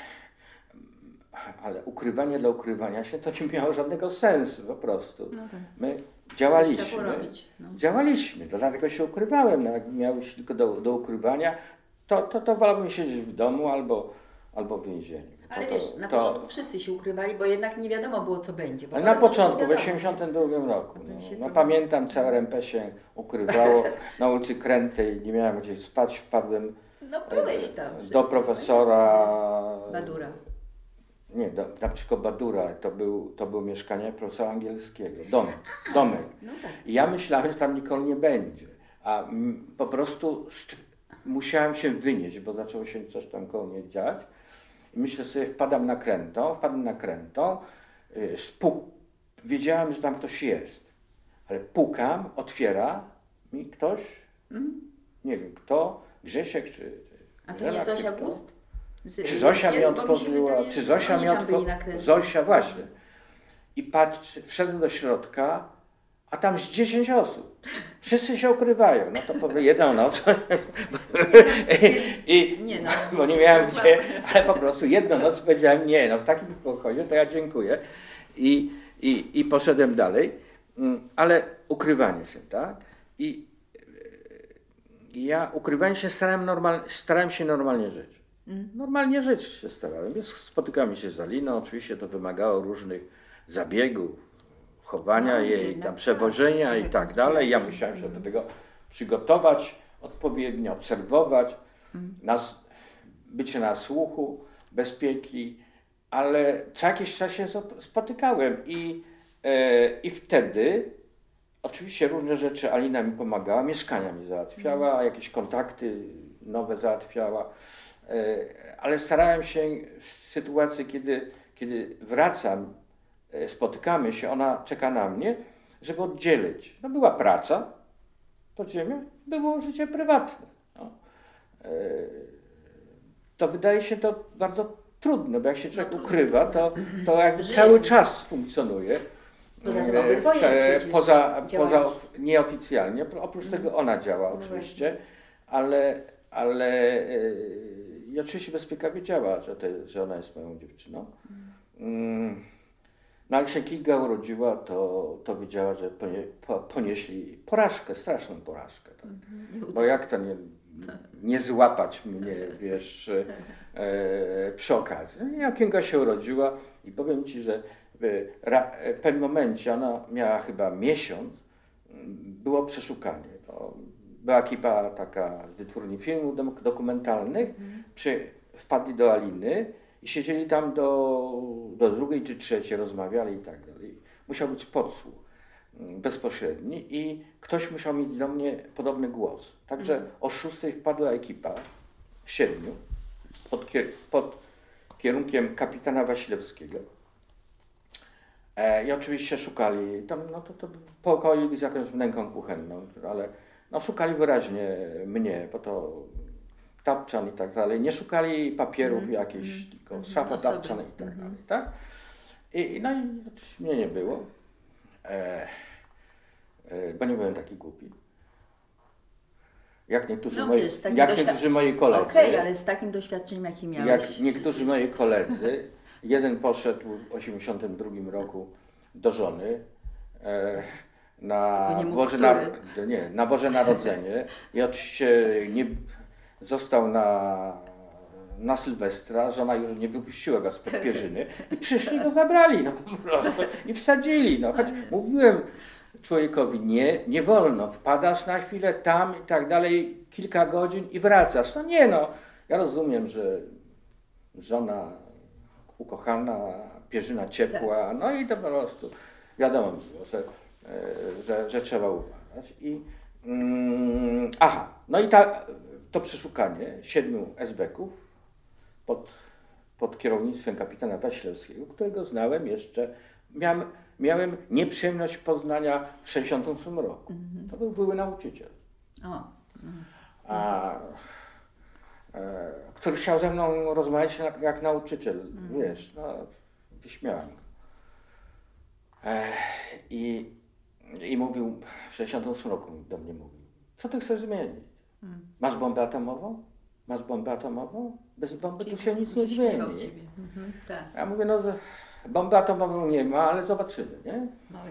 ale ukrywanie dla ukrywania się to nie miało żadnego sensu po prostu. No tak. My działaliśmy, no. działaliśmy, dlatego się ukrywałem, no, jak miałeś tylko do, do ukrywania, to, to, to wolałbym siedzieć w domu albo, albo w więzieniu. Ale to, wiesz, to, na to... początku wszyscy się ukrywali, bo jednak nie wiadomo było, co będzie. Bo ale na początku, w osiemdziesiątym drugim roku. No, no, pamiętam, całe R M P się ukrywało na ulicy Krętej, nie miałem gdzieś spać, wpadłem no, byłeś tam, do profesora Badura. Nie, do, naprzykład Badura, to był, to był mieszkanie profesora angielskiego, domek, domek. No tak. I ja myślałem, że tam nikogo nie będzie, a m, po prostu st- musiałem się wynieść, bo zaczęło się coś tam koło mnie dziać. I myślę sobie, wpadam na krętą, wpadam na krętą, yy, spuk- wiedziałem, że tam ktoś jest, ale pukam, otwiera mi ktoś, mm. nie wiem kto, Grzesiek czy... czy a to nie Zosia Gust? Z, czy Zosia mi otworzyła, wydaje, czy Zosia mi otworzyła, Zosia właśnie. I patrz, wszedłem do środka, a tam z dziesięć osób. Wszyscy się ukrywają. No to powiem jedną noc. I, nie no. Bo nie miałem gdzie, ale po prostu jedną noc powiedziałem, nie, no w takim pokoju to ja dziękuję. I, i, i poszedłem dalej. Ale ukrywanie się, tak? I ja ukrywanie się starałem, normal, starałem się normalnie żyć. Normalnie żyć się starałem, więc spotykamy się z Aliną, oczywiście to wymagało różnych zabiegów, chowania no, jej, tam przewożenia tak, i tak dalej. Ja musiałem się do tego przygotować odpowiednio, obserwować, mm. nas, bycie na słuchu, bezpieki ale co jakiś czas się spotykałem i, e, i wtedy oczywiście różne rzeczy Alina mi pomagała, mieszkania mi załatwiała, jakieś kontakty nowe załatwiała, e, ale starałem się w sytuacji, kiedy, kiedy wracam, e, spotykamy się, ona czeka na mnie, żeby oddzielić. No była praca pod ziemią, było życie prywatne. No. E, to wydaje się to bardzo trudne, bo jak się człowiek no ukrywa, to, to jakby cały czas funkcjonuje. Poza tym obydwoje te, poza, poza nieoficjalnie, oprócz mm. tego ona działa no oczywiście, ale, ale yy, i oczywiście bezpieka wiedziała, że, to, że ona jest moją dziewczyną. Mm. Yy, no ale jak się Kinga urodziła, to, to wiedziała, że ponie, po, ponieśli porażkę, straszną porażkę. Tak? Mm. Bo jak to nie, nie złapać mnie, wiesz, e, przy okazji. No, jak Kinga się urodziła i powiem Ci, że w pewnym momencie, ona miała chyba miesiąc, było przeszukanie. No, była ekipa taka z wytwórni filmów dokumentalnych, mm. przy, wpadli do Aliny i siedzieli tam do, do drugiej czy trzeciej, rozmawiali i tak dalej. Musiał być podsłuch bezpośredni i ktoś musiał mieć do mnie podobny głos. Także mm. o szóstej wpadła ekipa, siedmiu, pod, kier pod kierunkiem kapitana Wasilewskiego. E, I oczywiście szukali, tam, no to, to pokoik z jakąś wnęką kuchenną, ale no, szukali wyraźnie mnie, bo to tapczan i tak dalej. Nie szukali papierów mm. jakichś, mm. tylko mm. szafa tapczan i tak mm. dalej. Tak? I, no i oczywiście mnie nie było, e, e, bo nie byłem taki głupi. Jak niektórzy, no, moi, wiesz, jak niektórzy moi koledzy. Okej, okay, ale z takim doświadczeniem, jaki miałeś. Jak niektórzy moi koledzy. Jeden poszedł w osiemdziesiątym drugim roku do żony e, na, Boże na, nie, na Boże Narodzenie i oczywiście nie, został na, na Sylwestra, żona już nie wypuściła go spod pierzyny i przyszli go zabrali no, po prostu, i wsadzili. No, choć mówiłem człowiekowi, nie, nie wolno, wpadasz na chwilę tam i tak dalej, kilka godzin i wracasz. No nie no, ja rozumiem, że żona ukochana, pierzyna ciepła, no i to po prostu wiadomo było, że, że, że trzeba uważać. I, mm, aha, no i ta, to przeszukanie siedmiu esbeków pod, pod kierownictwem kapitana Wasilewskiego, którego znałem jeszcze, miałem, miałem nieprzyjemność poznania w sześćdziesiątym ósmym roku. Mm-hmm. To był były nauczyciel. O. Mm. A, e, który chciał ze mną rozmawiać jak, jak nauczyciel, mm. wiesz, no, wyśmiałem go. E, i, I mówił, w sześćdziesiątym ósmym roku do mnie mówił, co ty chcesz zmienić? Mm. Masz bombę atomową? Masz bombę atomową? Bez bomby tu się nic nie zmieni. Mhm, tak. Ja mówię, no bombę atomową nie ma, ale zobaczymy, nie?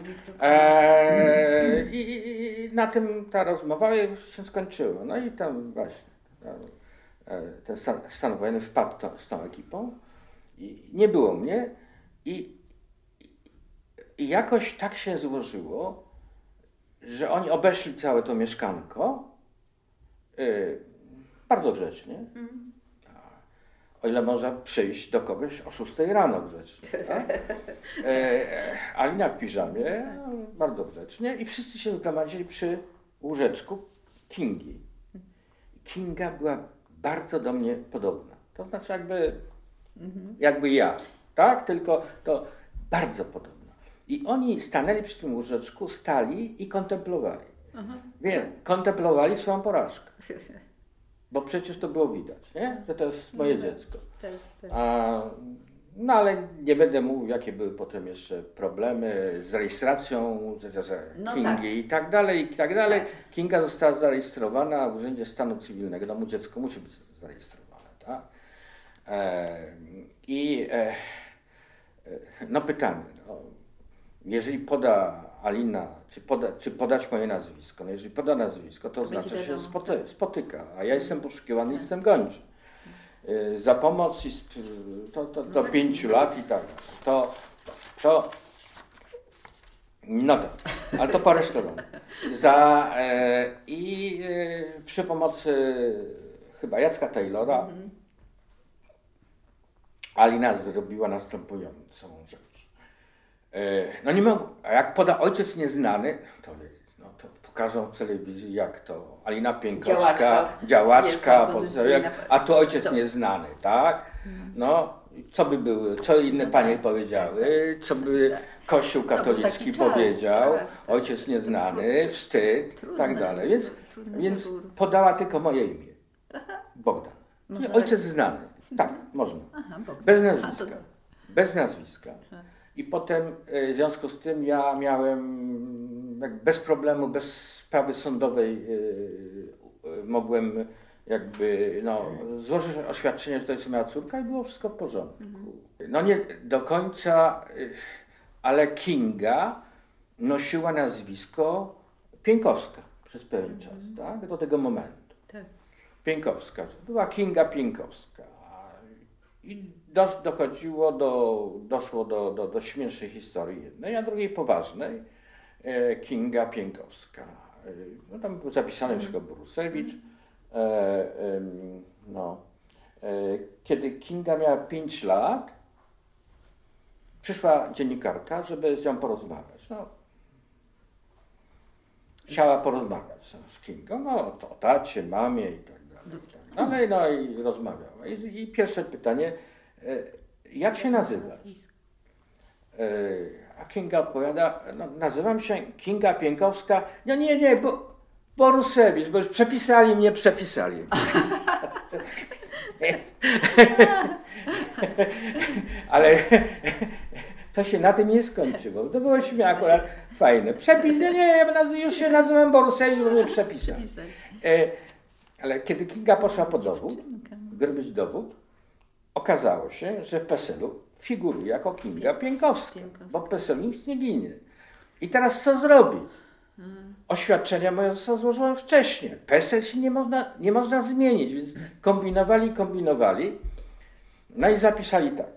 E, i, i na tym ta rozmowa się skończyła. No i tam właśnie ten stan, stan wojenny wpadł to, z tą ekipą i nie było mnie i, i jakoś tak się złożyło, że oni obeszli całe to mieszkanko yy, bardzo grzecznie. Mm. O ile można przyjść do kogoś o szóstej rano grzecznie. Tak? E, Alina w piżamie, bardzo grzecznie i wszyscy się zgromadzili przy łóżeczku Kingi. Kinga była bardzo do mnie podobna. To znaczy jakby, mm-hmm. jakby ja, tak? Tylko to bardzo podobna. I oni stanęli przy tym łóżeczku, stali i kontemplowali. Uh-huh. Wiem, kontemplowali swoją porażkę. Bo przecież to było widać, nie? Że to jest moje no, dziecko. Tak, tak. A, no ale nie będę mówił, jakie były potem jeszcze problemy z rejestracją z, z, z no Kingi tak. i tak dalej, i tak dalej. Tak. Kinga została zarejestrowana w Urzędzie Stanu Cywilnego. No mu dziecko musi być zarejestrowane, tak? E, I e, no pytanie, no, jeżeli poda Alina, czy, poda, czy podać moje nazwisko, no jeżeli poda nazwisko, to, to znaczy, że się spoty, spotyka, a ja jestem poszukiwany i tak. jestem gończy. Y, za pomoc i sp, to, to, to no pięciu lat i tak. To, to no tak, ale to poaresztowano. Za e, i e, przy pomocy chyba Jacka Taylora, mm-hmm. Alina zrobiła następującą rzecz. No nie mogę, a jak poda ojciec nieznany, to, no to pokażą w telewizji, jak to Alina Pienkowska, działaczka, działaczka a tu ojciec to... nieznany, tak? No, co by były, co inne no panie tak, powiedziały, tak, co by tak. Kościół katolicki powiedział, tak, tak, ojciec nieznany, trudne, wstyd, trudne, tak dalej. Więc, więc podała tylko moje imię. Bogdan. Można ojciec tak? znany. Tak, można. Aha, bez nazwiska. Aha, to... Bez nazwiska. Aha. I potem w związku z tym ja miałem jak bez problemu, bez sprawy sądowej yy, mogłem jakby no, złożyć oświadczenie, że to jest moja córka i było wszystko w porządku. No nie do końca, yy, ale Kinga nosiła nazwisko Pienkowska przez pewien czas, tak? Do tego momentu. Tak. Pienkowska. Była Kinga Pienkowska. I do, dochodziło do, doszło do, do, do śmiesznej historii jednej, a drugiej poważnej. E, Kinga Pienkowska. E, no tam był zapisany mm. wszystko Borusewicz. E, e, no. e, kiedy Kinga miała pięć lat, przyszła dziennikarka, żeby z nią porozmawiać. No, chciała porozmawiać z Kingą, no to o tacie, mamie i tak dalej. I tak. No, no, i, no i rozmawiała. I, I pierwsze pytanie, e, jak się nazywasz? E, a Kinga odpowiada, no, nazywam się Kinga Pienkowska. No nie, nie, bo Borusewicz, bo już przepisali mnie, przepisali. Ale to się na tym nie skończyło. To było śmiech akurat fajne. Przepis, nie, nie, już się nazywam Borusewicz, bo mnie przepisali. E, ale kiedy Kinga poszła po dowód, gdybyś dowód, okazało się, że w PESEL-u figuruje jako Kinga Pienkowska, bo w PESEL-u nic nie ginie. I teraz co zrobić? Oświadczenia moje zostały złożone wcześniej. PESEL się nie można, nie można zmienić, więc kombinowali, kombinowali. No i zapisali tak.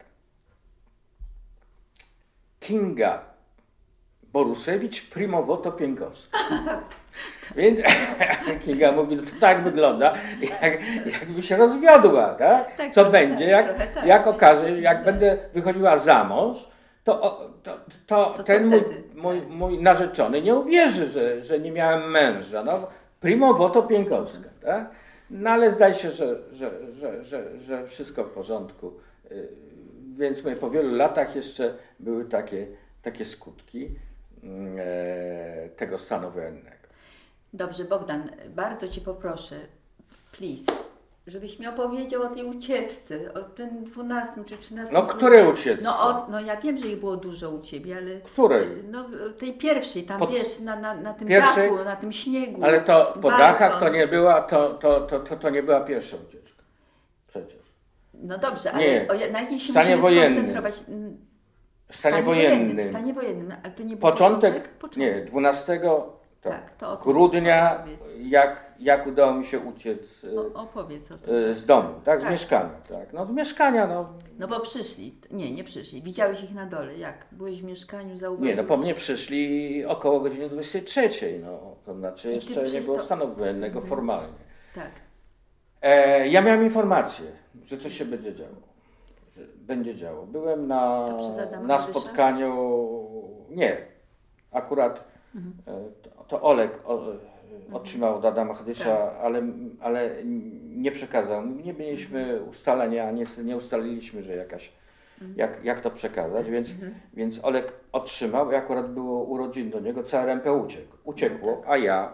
Kinga Borusewicz primo voto Pienkowska. Więc Kinga mówi, no to tak wygląda, jak, jakby się rozwiodła, tak? tak Co będzie, tak, jak, tak. jak okaże, jak będę wychodziła za mąż, to, to, to, to ten mój, mój, mój narzeczony nie uwierzy, że, że nie miałem męża. No, primo voto Pienkowska, tak? No ale zdaje się, że, że, że, że, że wszystko w porządku. Więc mówię, po wielu latach jeszcze były takie, takie skutki e, tego stanu wojennego. Dobrze, Bogdan, bardzo Cię poproszę, please, żebyś mi opowiedział o tej ucieczce, o ten dwunastym czy trzynastym. No, której ucieczce? No, o, no ja wiem, że ich było dużo u Ciebie, ale... Której? No, tej pierwszej, tam po, wiesz, na, na, na tym pierwszej? dachu, na tym śniegu. Ale to po balkon. Dachach to nie była, to, to, to, to, to nie była pierwsza ucieczka. Przecież. No dobrze, ale nie. O, na jakiej się stanie musimy wojennym. skoncentrować? W stanie, stanie wojennym. wojennym. W stanie wojennym, ale to nie był początek? początek? początek. Nie, dwunastego tak, to grudnia, jak, jak udało mi się uciec o, opowiedz o tym, z domu, tak, z tak. mieszkania. Tak. No z mieszkania, no. No bo przyszli, nie, nie przyszli, widziałeś ich na dole, jak? Byłeś w mieszkaniu, zauważyłeś? Nie, no po mnie przyszli około godziny dwudziestej trzeciej, no, to znaczy jeszcze nie było stanu wojennego mhm. formalnie. Tak. E, ja miałem informację, że coś się będzie działo, że będzie działo. Byłem na, na spotkaniu, nie, akurat mhm. to, to Olek o, mhm. otrzymał od Adama Hadysza, tak. ale, ale nie przekazał. Nie mieliśmy ustalenia, nie, nie ustaliliśmy, że jakaś, mhm. jak, jak to przekazać, więc, mhm. więc Olek otrzymał i akurat było urodzin do niego, całe R M P uciekł, uciekło, no tak. a ja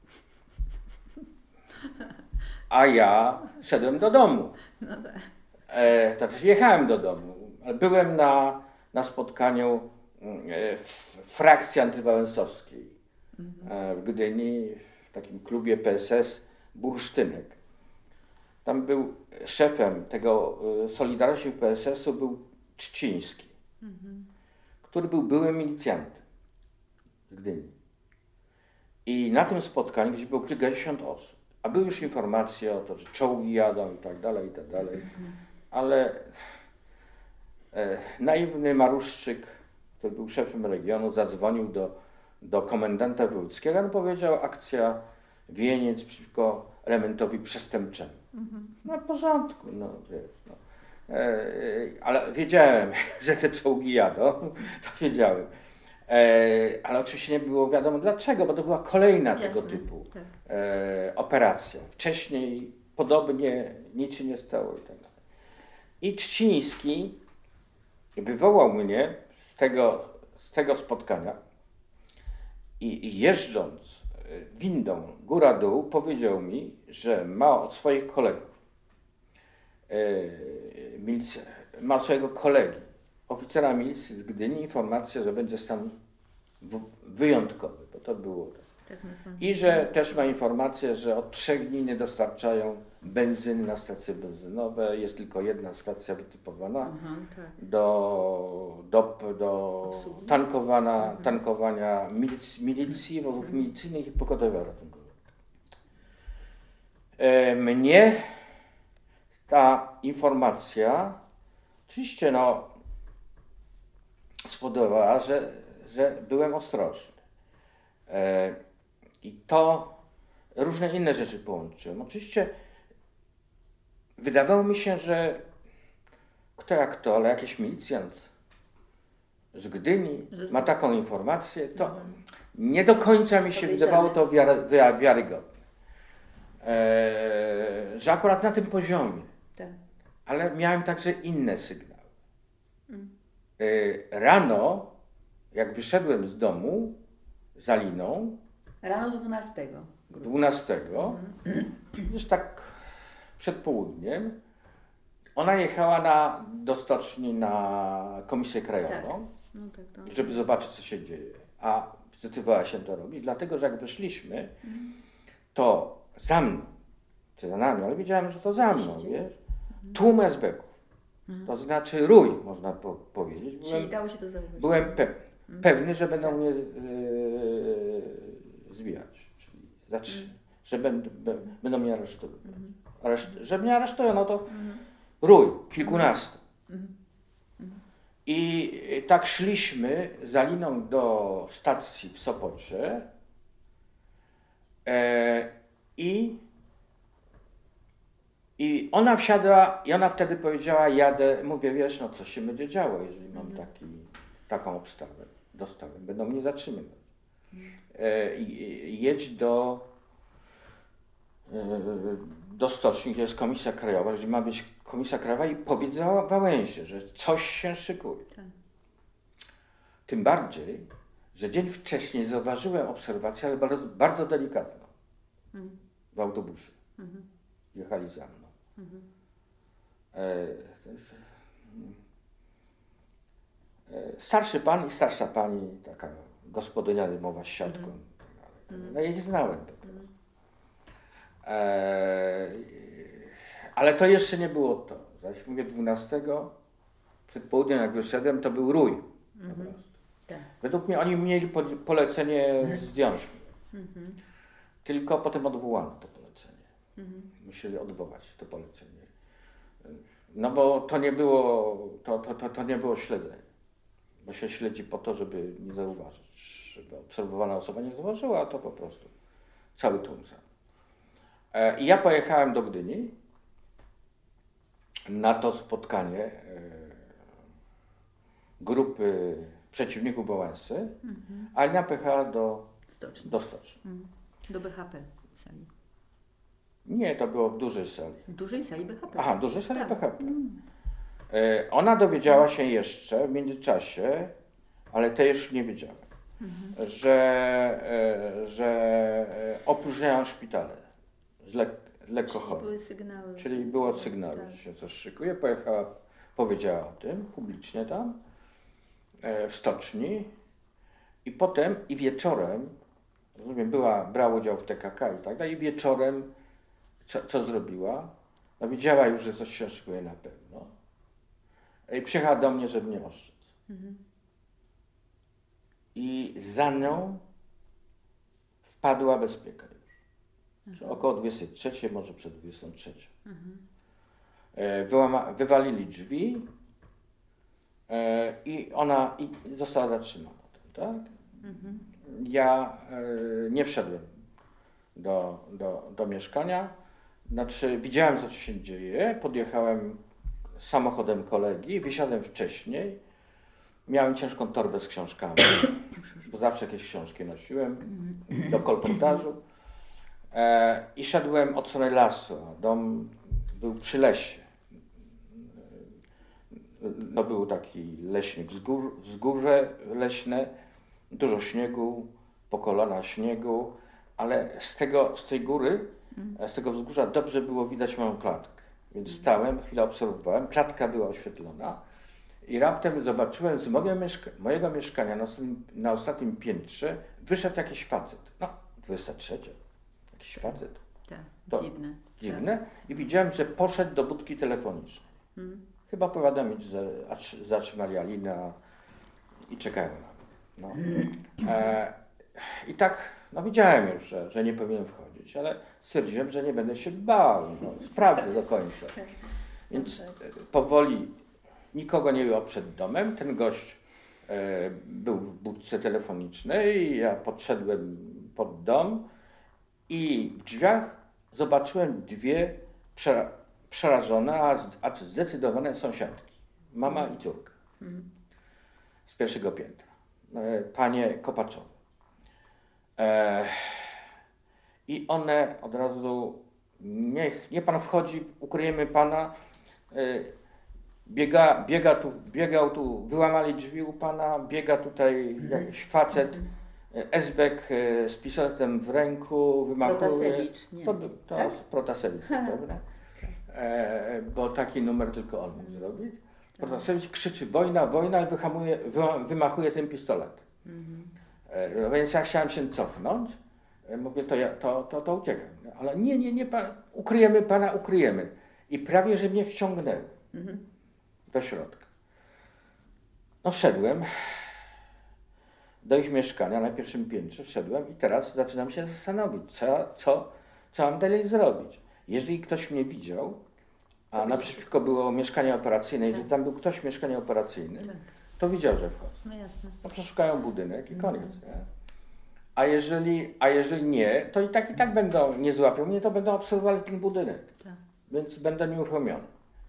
a ja szedłem do domu. No tak. E, znaczy jechałem do domu, ale byłem na, na spotkaniu e, w frakcji antywałęsowskiej e, w Gdyni, w takim klubie P S S Bursztynek. Tam był szefem tego e, Solidarności w P S S-u był Trzciński, mhm. który był byłym milicjantem z Gdyni. I na tym spotkaniu, gdzie było kilkadziesiąt osób, a były już informacje o to, że czołgi jadą i tak dalej, i tak dalej, mhm. ale e, naiwny Maruszczyk, który był szefem regionu, zadzwonił do, do komendanta wojewódzkiego i powiedział, akcja Wieniec przeciwko elementowi przestępczemu. Mhm. No w porządku, no wiesz, no. ale wiedziałem, że te czołgi jadą, to wiedziałem. Ale oczywiście nie było wiadomo dlaczego, bo to była kolejna Jasne, tego typu tak. operacja. Wcześniej podobnie nic się nie stało i tak dalej. I Trzciński wywołał mnie z tego, z tego spotkania i jeżdżąc windą góra-dół powiedział mi, że ma od swoich kolegów, milicja, ma od swojego kolegi, oficera milicji z Gdyni informację, że będzie stan wyjątkowy, bo to było tak. I że też ma informację, że od trzech dni nie dostarczają benzyny na stacje benzynowe. Jest tylko jedna stacja wytypowana Aha, tak. do, do, do tankowania, mhm. tankowania milic, milicji, wozów mhm. milicyjnych i pogotowia ratunkowego. E, mnie ta informacja oczywiście no, spodobała, że, że byłem ostrożny. E, I to różne inne rzeczy połączyłem. Oczywiście wydawało mi się, że kto jak to, ale jakiś milicjant z Gdyni ma taką informację, to mhm. nie do końca mi się wydawało to wiary, wiarygodne. E, że akurat na tym poziomie. Tak. Ale miałem także inne sygnały. Mm. E, rano, jak wyszedłem z domu za Liną. Rano dwunastego. dwunastego. Mhm. Już tak przed południem. Ona jechała na, do stoczni na Komisję Krajową, tak. No tak, tak. żeby zobaczyć, co się dzieje. A zdecydowała się to robić, dlatego że jak wyszliśmy, mhm. to za mną, czy za nami, ale wiedziałem, że to za mną, wiesz, mhm. tłum esbeków. Mhm. To znaczy rój, można po, powiedzieć. Byłem, czyli dało się to zauważyć. Byłem pewny, mhm. pewny że będą tak. mnie yy, zwijać, czyli znaczy, mhm. że będą, będą mnie aresztować. Mhm. Areszt, że mnie aresztują, no to mhm. rój, kilkunastu. Mhm. Mhm. I tak szliśmy za Liną do stacji w Sopocie e, i, i ona wsiadła i ona wtedy powiedziała, jadę, mówię, wiesz, no co się będzie działo, jeżeli mam mhm. taki, taką obstawę, dostawę, będą mnie zatrzymywać. Mhm. E, i, jedź do do stoczni, gdzie jest Komisja Krajowa, gdzie ma być Komisja Krajowa i powiedz Wałęsie, że coś się szykuje. Tak. Tym bardziej, że dzień wcześniej zauważyłem obserwację, ale bardzo, bardzo delikatną mhm. w autobusie. Mhm. Jechali za mną. Mhm. E, e, starszy pan i starsza pani, taka gospodynia dymowa z siatką. Mhm. No ja ich znałem po prostu. Eee, ale to jeszcze nie było to. Zaś mówię dwunastego przed południem, jak wyszedłem, to był rój. Mm-hmm. Po prostu. Tak. Według mnie oni mieli po, polecenie zdjąć mnie. Mm-hmm. Tylko potem odwołano to polecenie. Mm-hmm. Musieli odwołać to polecenie. No bo to nie było, to, to, to, to nie było śledzenie. Bo się śledzi po to, żeby nie zauważyć, żeby obserwowana osoba nie zauważyła, a to po prostu cały tłum sam. I ja pojechałem do Gdyni na to spotkanie grupy przeciwników Wałęsy, mm-hmm. a Lina pojechała do stoczni. Do, stoczni. Mm. do B H P sali. Nie, to było w dużej sali. W dużej sali B H P. Aha, w dużej sali tak. B H P. Mm. Ona dowiedziała się jeszcze w międzyczasie, ale to już nie wiedziałem, mm-hmm. że, że opróżniają szpitale. Z lek- lekko chory. Czyli były sygnały. Czyli było sygnały, tak. że się coś szykuje. Pojechała, powiedziała o tym publicznie tam, e, w stoczni i potem i wieczorem, rozumiem, była, brała udział w T K K i tak dalej, i wieczorem co, co zrobiła? No wiedziała już, że coś się szykuje na pewno. I przyjechała do mnie, żeby mnie ostrzec. Mhm. I za nią wpadła bezpieka. Mhm. Około dwudziestej trzeciej, może przed dwudziestą trzecią. Mhm. E, wyłama, wywalili drzwi e, i ona i została zatrzymana. Tak? Mhm. Ja e, nie wszedłem do, do, do mieszkania. Znaczy widziałem, co się dzieje. Podjechałem samochodem kolegi, wysiadłem wcześniej, miałem ciężką torbę z książkami, bo zawsze jakieś książki nosiłem do kolportażu e, i szedłem od strony lasu, a dom był przy lesie. No, był taki leśnik, wzgór, wzgórze leśne, dużo śniegu, po kolana śniegu, ale z, tego, z tej góry, z tego wzgórza dobrze było widać moją klatkę. Więc stałem, chwilę obserwowałem, klatka była oświetlona i raptem zobaczyłem z mojego, mieszka mojego mieszkania na ostatnim, na ostatnim piętrze wyszedł jakiś facet. No, dwudziesta trzecia. Jakiś facet. Tak, to dziwne. Dziwne. I widziałem, że poszedł do budki telefonicznej. Hmm. Chyba powiadomić, że zatrzymali Alinę i czekają na mnie. No. E, I tak, no widziałem już, że, że nie powinien wchodzić, ale stwierdziłem, że nie będę się bał. No, sprawdzę do końca. Więc powoli nikogo nie było przed domem. Ten gość e, był w budce telefonicznej. Ja podszedłem pod dom i w drzwiach zobaczyłem dwie przera przerażone, a, a zdecydowane sąsiadki. Mama i córka. Z pierwszego piętra. E, panie Kopaczowe. E, I one od razu, niech, niech pan wchodzi, ukryjemy pana. E, biega, biega tu, biegał tu, wyłamali drzwi u pana, biega tutaj jakiś facet, esbek z pistoletem w ręku, wymachuje. Protasewicz, nie. To, to tak? Protasewicz, pewnie. E, bo taki numer tylko on mógł zrobić. Protasewicz krzyczy wojna, wojna i wyhamuje, wy, wymachuje tym pistoletem. E, więc ja chciałem się cofnąć. E, mówię, to, ja, to, to, to uciekam. Ale nie, nie, nie, pan, ukryjemy pana, ukryjemy. I prawie, że mnie wciągnęły mhm. do środka. No wszedłem do ich mieszkania na pierwszym piętrze, wszedłem i teraz zaczynam się zastanowić, co, co, co mam dalej zrobić. Jeżeli ktoś mnie widział, a naprzeciwko było mieszkanie operacyjne, tak. jeżeli tam był ktoś w mieszkaniu operacyjnym, tak. to widział, że wchodzę. No jasne. No przeszukają budynek i koniec. Mhm. Nie? A, jeżeli, a jeżeli nie, to i tak i tak będą, nie złapią mnie, to będą obserwowali ten budynek. Tak. Więc będę nieuruchomiony.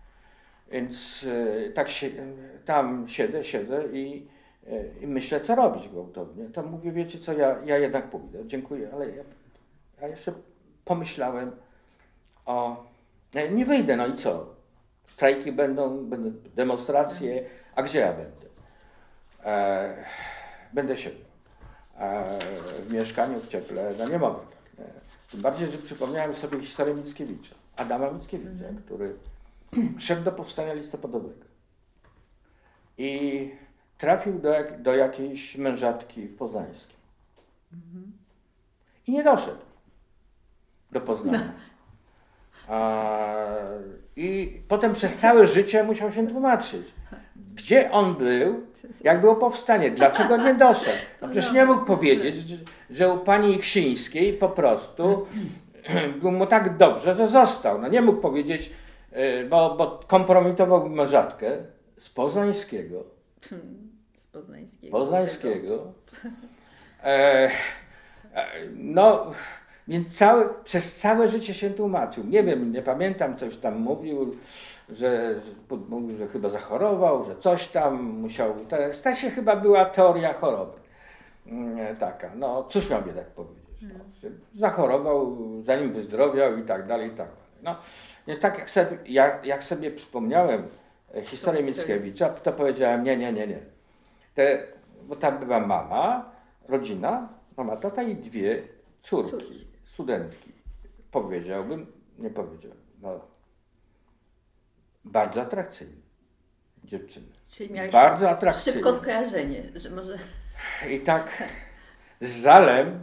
Więc y, tak się, tam siedzę, siedzę i, y, i myślę, co robić gwałtownie. To mówię, wiecie co, ja, ja jednak pójdę, dziękuję, ale ja, ja jeszcze pomyślałem o... Nie wyjdę, no i co? Strajki będą, będą demonstracje, a gdzie ja będę? E, będę siedział. E, w mieszkaniu, w cieple, no nie mogę tak. Nie? Tym bardziej, że przypomniałem sobie historię Mickiewicza, Adama Mickiewicza, mm-hmm. który szedł do powstania listopadowego i trafił do, jak, do jakiejś mężatki w Poznańskim. Mm-hmm. I nie doszedł do Poznania. No. A, I potem przez całe życie musiał się tłumaczyć, gdzie on był, jak było powstanie, dlaczego nie doszedł. No przecież nie mógł powiedzieć, że, że u pani Ksińskiej po prostu było mu tak dobrze, że został. No nie mógł powiedzieć, bo, bo kompromitował mężatkę z Poznańskiego. Z Poznańskiego. Poznańskiego. E, e, no... Więc cały, przez całe życie się tłumaczył. Nie wiem, nie pamiętam, coś tam mówił, że, że mówił, że chyba zachorował, że coś tam musiał... To się chyba była teoria choroby. Taka, no cóż miał tak powiedzieć. No, zachorował, zanim wyzdrowiał i tak dalej, i tak dalej. No, więc tak jak sobie, jak, jak sobie przypomniałem historię Mickiewicza, to powiedziałem nie, nie, nie, nie. Te, bo tam była mama, rodzina, mama, tata i dwie córki. Córki. Studentki. Powiedziałbym, nie powiedziałbym, no, bardzo atrakcyjne dziewczyny. Czyli miałeś bardzo atrakcyjne. Szybko skojarzenie, że może... I tak z żalem,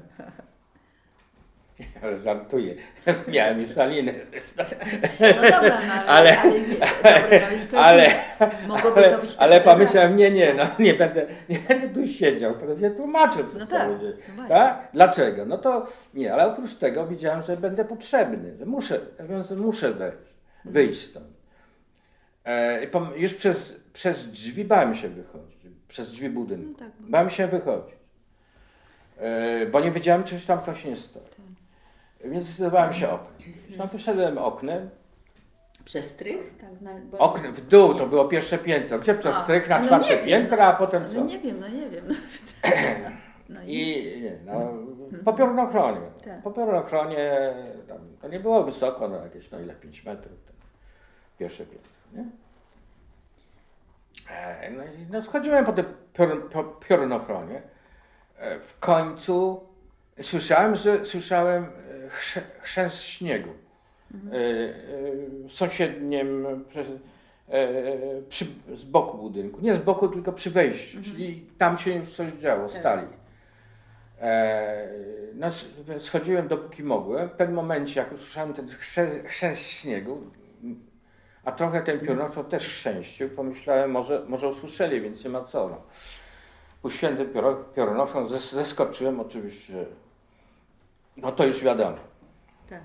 ale żartuję, miałem już Alinę. No dobra, no, ale, ale, ale, dobra, ale, mogłoby to być ale pomyślałem, nie, nie, no nie będę, nie będę tu siedział, potem się tłumaczył przez no cały tak, dzień. no tak? Dlaczego? No to nie, ale oprócz tego widziałem, że będę potrzebny, że muszę, więc muszę wejść, wyjść stąd. E, już przez, przez drzwi bałem się wychodzić, przez drzwi budynku. No tak, bo... Bałem się wychodzić, e, bo nie wiedziałem, czy tam ktoś nie stoi. Więc zdecydowałem się oknem. Tam wyszedłem oknem, Przez strych? Tak, na, bo... Okno w dół, nie. to było pierwsze piętro. Gdzie przez A, strych na no czwarte nie piętro, wiem, a potem no, co? nie wiem, no nie wiem. No i... I nie, no, po piorunochronie. Tak. Po piorunochronie tam, to nie było wysoko, no jakieś no ile, pięć metrów. Tam, pierwsze piętro, nie? E, no i no, schodziłem po tym piorun, po piorunochronie. E, w końcu słyszałem, że słyszałem chrze, chrzęst śniegu. Mhm. E, e, w sąsiednim przez, e, przy, z boku budynku. Nie z boku, tylko przy wejściu, mhm. czyli tam się już coś działo, tak. Stali. E, no, schodziłem dopóki mogłem. W pewnym momencie, jak usłyszałem ten chrzęst śniegu, a trochę ten piorunochron też chrzęścił, pomyślałem, może, może usłyszeli, więc nie ma co. No. Puściłem ten piorunochron, zeskoczyłem oczywiście. No to już wiadomo, tak.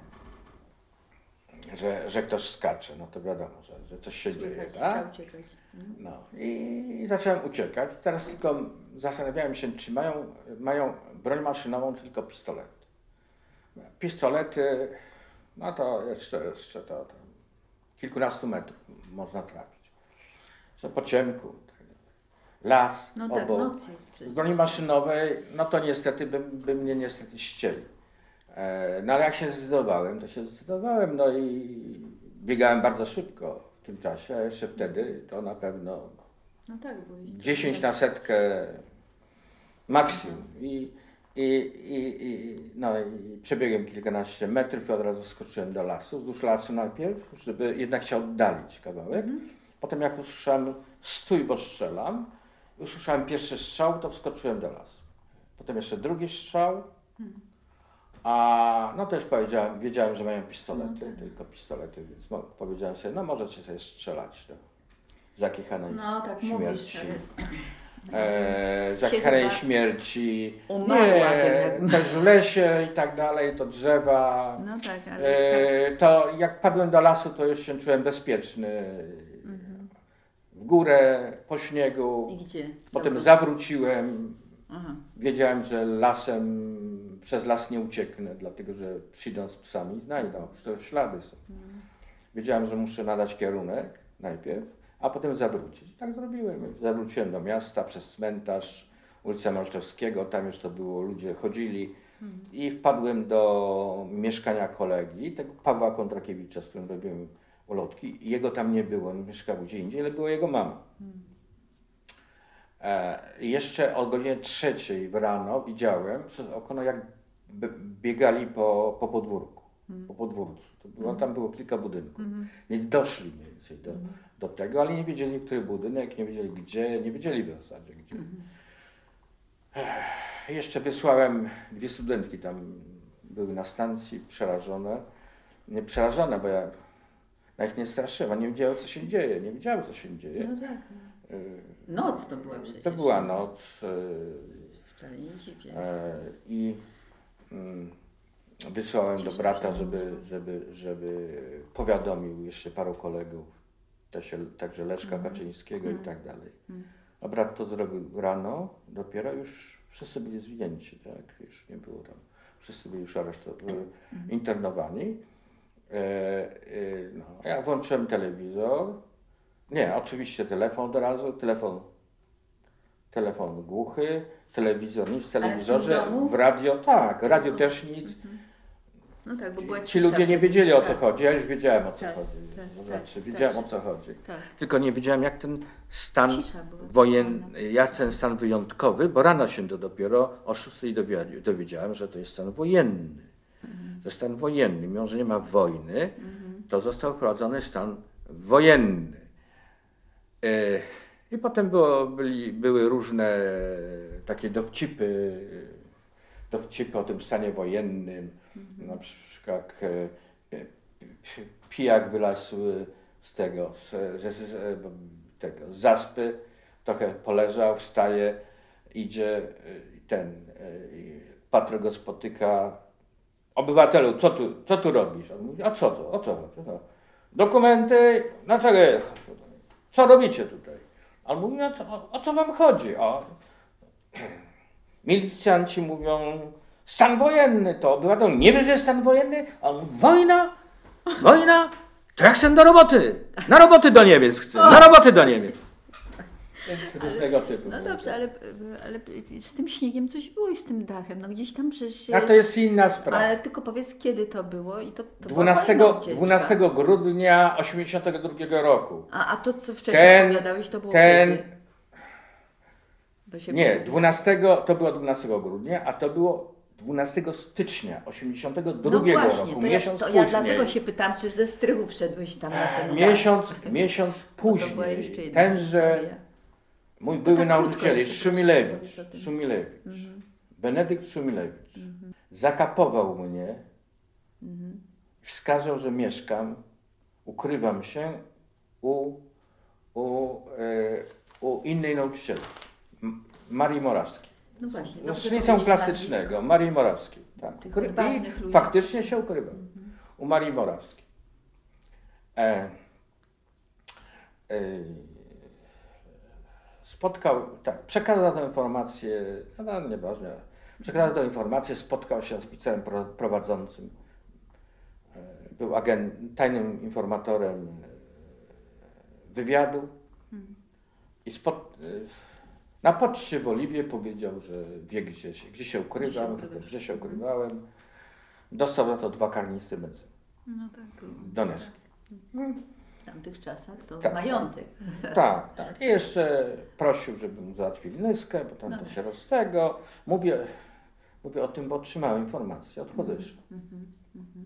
że, że ktoś skacze, no to wiadomo, że, że coś się Słychać, dzieje. Tak? uciekać. Mhm. No i, i zacząłem uciekać. Teraz tylko zastanawiałem się, czy mają, mają broń maszynową, czy tylko pistolet. Pistolety, no to jeszcze, jeszcze to, to kilkunastu metrów można trafić. Co po ciemku, las, no tak, obok. noc jest przecież. Z broni maszynowej, no to niestety by, by mnie niestety ścieli. E, no ale jak się zdecydowałem, to się zdecydowałem, no i biegałem bardzo szybko w tym czasie, a jeszcze wtedy to na pewno no tak, dziesięć na setkę maksimum. I, i, i, i, no i przebiegłem kilkanaście metrów i od razu skoczyłem do lasu, wzdłuż lasu najpierw, żeby jednak się oddalić kawałek. Mhm. Potem jak usłyszałem stój, bo strzelam, usłyszałem pierwszy strzał, to wskoczyłem do lasu. Potem jeszcze drugi strzał, hmm. a no to już powiedziałem, wiedziałem, że mają pistolety, no tak. tylko pistolety, więc mo- powiedziałem sobie, no możecie sobie strzelać do zakichanej no, tak śmierci. Mówisz, ale... e, zakichanej śmierci, umarłabym. Też w lesie i tak dalej, to drzewa. No tak, ale e, tak. To jak padłem do lasu, to już się czułem bezpieczny. W górę, po śniegu. I gdzie? Potem Dobra. zawróciłem. Aha. Wiedziałem, że lasem, przez las nie ucieknę, dlatego że przyjdą z psami, znajdą, to ślady są. Mhm. Wiedziałem, że muszę nadać kierunek najpierw, a potem zawrócić. Tak zrobiłem. Zawróciłem do miasta przez cmentarz, ulicę Malczewskiego, tam już to było, ludzie chodzili. Mhm. I wpadłem do mieszkania kolegi, tego Pawła Kondrakiewicza, z którym robiłem ulotki. Jego tam nie było, on mieszkał gdzie indziej, ale była jego mama. Hmm. E, jeszcze o godzinie trzeciej w rano widziałem przez okno, jak b- biegali po, po podwórku, hmm. po podwórcu. To było, hmm. Tam było kilka budynków. Hmm. Więc doszli mniej więcej do, hmm. do tego, ale nie wiedzieli, który budynek, nie wiedzieli gdzie, nie wiedzieli w zasadzie gdzie. Hmm. E, jeszcze wysłałem, dwie studentki tam były na stacji, przerażone. Nie przerażone, bo ja ja ich nie straszyłem, nie wiedziały, co się dzieje, nie wiedziały, co się dzieje. No tak. Noc to była przecież. To była noc. Wcale nie dziwię. I wysłałem Cieszę do brata, żeby, żeby, żeby powiadomił jeszcze paru kolegów, także Leszka mm. Kaczyńskiego mm. i tak dalej. Mm. A brat to zrobił rano, dopiero już wszyscy byli zwinięci, tak? Już nie było tam, wszyscy byli już aresztowani, mm. internowani. No, ja włączyłem telewizor, nie, oczywiście telefon od razu, telefon, telefon głuchy, telewizor nic w telewizorze, w, w radio tak, radio też nic. No tak, bo była Ci ludzie nie wiedzieli, o co tak. chodzi, ja już wiedziałem, o co tak, chodzi, tak, to znaczy tak, wiedziałem, tak. o co chodzi, tak. tylko nie wiedziałem, jak ten stan wojenny, jak ten stan wyjątkowy, bo rano się to dopiero o szóstej dowiedziałem, że to jest stan wojenny. Mhm. Że stan wojenny, mimo że nie ma wojny, mhm. to został wprowadzony stan wojenny. Yy, I potem było, byli, były różne takie dowcipy, dowcipy o tym stanie wojennym. Mhm. Na przykład yy, pijak wylazł z tego, z, z, z, tego, z zaspy, trochę poleżał, wstaje, idzie, yy, ten yy, patrol go spotyka. Obywatelu, co tu, co tu robisz? On mówi, a co to, o co chodzi? No. Dokumenty, dlaczego? Co robicie tutaj? On mówi, no co, o, o co wam chodzi? O. Milicjanci mówią, stan wojenny to obywatel, nie wiesz, że jest stan wojenny? A on mówi, wojna? Wojna? To ja chcę do roboty. Na roboty do Niemiec chcę. Na roboty do Niemiec. Więc różnego ale, typu. No dobrze, ale, ale z tym śniegiem coś było i z tym dachem. No gdzieś tam przecież... A to jest inna sprawa. Ale tylko powiedz, kiedy to było i to, to dwunastego, dwunastego grudnia osiemdziesiątego drugiego roku. A, a to, co wcześniej ten, opowiadałeś, to było ten, kiedy? Nie, dwunastego, to było dwunastego grudnia, a to było dwunastego stycznia osiemdziesiątego drugiego no właśnie, roku. To miesiąc ja, to później. ja dlatego się pytam, czy ze strychu wszedłeś tam na ten Miesiąc, dach. miesiąc później. Ten, Tenże mój były tak nauczyciel jest Szumilewicz, Szumilewicz. Szumilewicz. Mhm. Benedykt Szumilewicz. Mhm. Zakapował mnie, Mhm. wskazał, że mieszkam, ukrywam się u, u, e, u innej nauczycielki, M- Marii Morawskiej. No właśnie. No, dobrze Sznicą powiedzieć plastycznego, nazwisko. Marii Morawskiej. Tak. Tych Ukry- odważnych I ludzi. faktycznie się ukrywam. Mhm. U Marii Morawskiej. E, e, spotkał, tak, przekazał tę informację, no nieważne, przekazał tę informację, spotkał się z oficerem pro, prowadzącym. E, był agent, tajnym informatorem e, wywiadu Mhm. i spot, e, na poczcie w Oliwie powiedział, że wie gdzie się, gdzie się ukrywam, Gdzie się ukrywasz. gdzie się ukrywałem. Dostał za to dwa karnistry benzyny No tak. do Neski. W tamtych czasach to Tak. majątek. Tak, tak. I jeszcze prosił, żeby mu załatwili nyskę, bo tam No to tak. się roz tego. Mówię, mówię o tym, bo otrzymałem informację od Chodysza. Mhm. Mhm.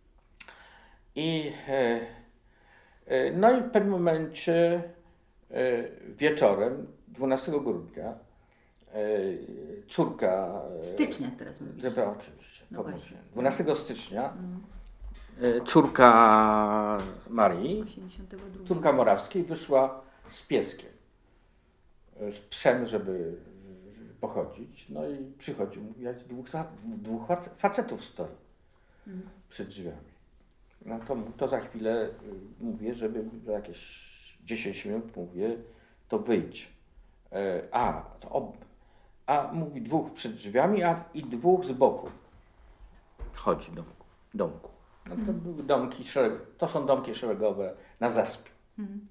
I e, e, no i w pewnym momencie e, wieczorem, dwunastego grudnia, e, córka... e, Stycznia teraz mówisz. Dobra, oczywiście. No pomyśl. właśnie. dwunastego stycznia Mhm. e, córka Marii, osiemdziesiątego drugiego. córka Morawskiej, wyszła z pieskiem, e, z psem, żeby pochodzić. No i przychodzi, mówi, ja dwóch, za- dwóch fac- facetów stoi Mhm. przed drzwiami. No to, to za chwilę y, mówię, żeby za jakieś dziesięć minut mówię, to wyjdź. E, a, to ob, a mówi dwóch przed drzwiami, a i dwóch z boku. Chodzi domku. domku. No to były domki, szereg, to są domki szeregowe na Zaspie. Mhm.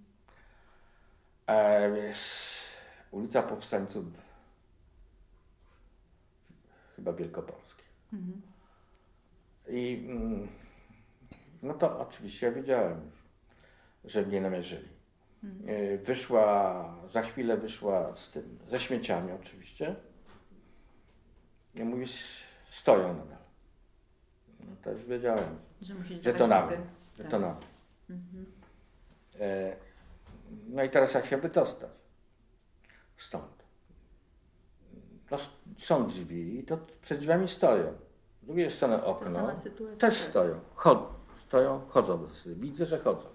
E, jest ulica Powstańców, chyba Wielkopolskiej. Mhm. I mm, no to oczywiście ja wiedziałem już, że mnie namierzyli. Y, Wyszła, za chwilę wyszła z tym, ze śmieciami oczywiście. I mówi, stoją nadal. No to już wiedziałem, Że musisz że to dać na nogę. mnie, że Tak. to na mnie. Mhm. E, no i teraz jak się wydostać stąd? No, s- są drzwi, to przed drzwiami stoją. Z drugiej strony Ta okno, sama sytuacja. też tak. stoją. Chod, stoją, chodzą. Widzę, że chodzą.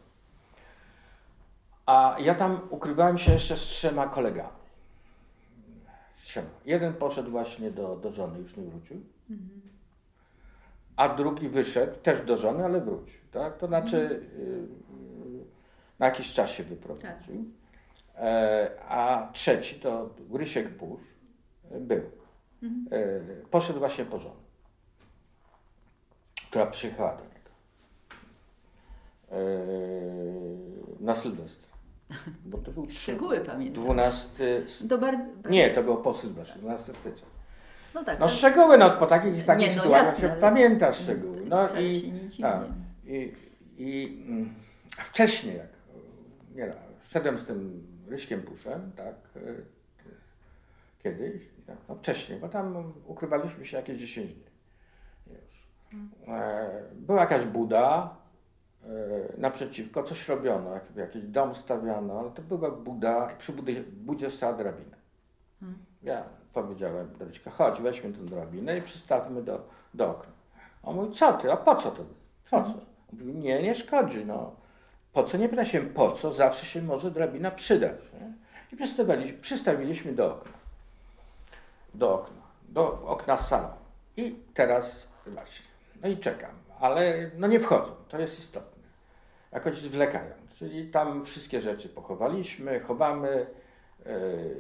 A ja tam ukrywałem się jeszcze z trzema kolegami. Z trzema. Jeden poszedł właśnie do, do żony, już nie wrócił. Mhm. A drugi wyszedł też do żony, ale wrócił. Tak? To znaczy yy, na jakiś czas się wyprowadził. E, a trzeci to Rysiek Pusz e, był. Mhm. E, poszedł właśnie po żonę, która przyjechała do niego e, na Sylwestra. Bo to był Szczegóły pamiętam. dwunasty... To bardzo, Nie, to było po Sylwestrze, dwunastego stycznia. No tak. No ale- szczegóły, no po takich, takich Nie, no sytuacjach jasne, się ale- pamięta szczegóły. No wcale i, się nie dziwię. tak, i, i mm, a wcześniej, jak nie, no, szedłem z tym Ryśkiem Puszem, tak, y, kiedyś, tak, no wcześniej, bo tam ukrywaliśmy się jakieś dziesięć dni już. E, była jakaś buda e, naprzeciwko, coś robiono, jak, jakiś dom stawiano, ale to była buda i przy budzie, budzie stała drabina. Hmm. Ja powiedziałem do Ryśka, chodź, weźmy tę drabinę i przystawmy do, do okna. On mówi, co ty, a po co to? Po co? On mówi, nie, nie szkodzi, no. Po co? Nie pyta się po co, zawsze się może drabina przydać. Nie? I przystawiliśmy, przystawiliśmy do okna. Do okna. Do okna salonu. I teraz właśnie, no i czekam, ale no nie wchodzą, to jest istotne. Jakoś zwlekają, czyli tam wszystkie rzeczy pochowaliśmy, chowamy, yy,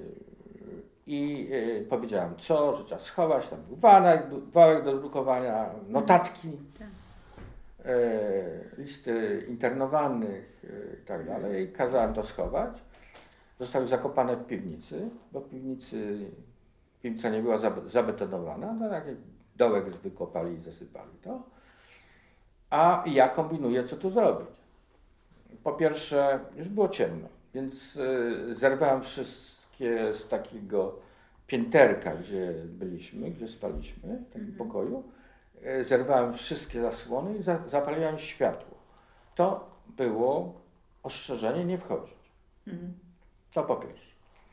i y, powiedziałem co, że trzeba schować, tam był wałek, wałek do drukowania, notatki. Tak. listy internowanych i tak dalej. Kazałem to schować. Zostały zakopane w piwnicy, bo w piwnicy piwnica nie była zabetonowana, to taki dołek wykopali i zasypali to. A ja kombinuję, co tu zrobić. Po pierwsze, już było ciemno, więc y, zerwałem wszystkie z takiego pięterka, gdzie byliśmy, gdzie spaliśmy, w takim mm-hmm. pokoju. Y, zerwałem wszystkie zasłony i za, zapaliłem światło. To było ostrzeżenie nie wchodzić. Mm-hmm. To po pierwsze.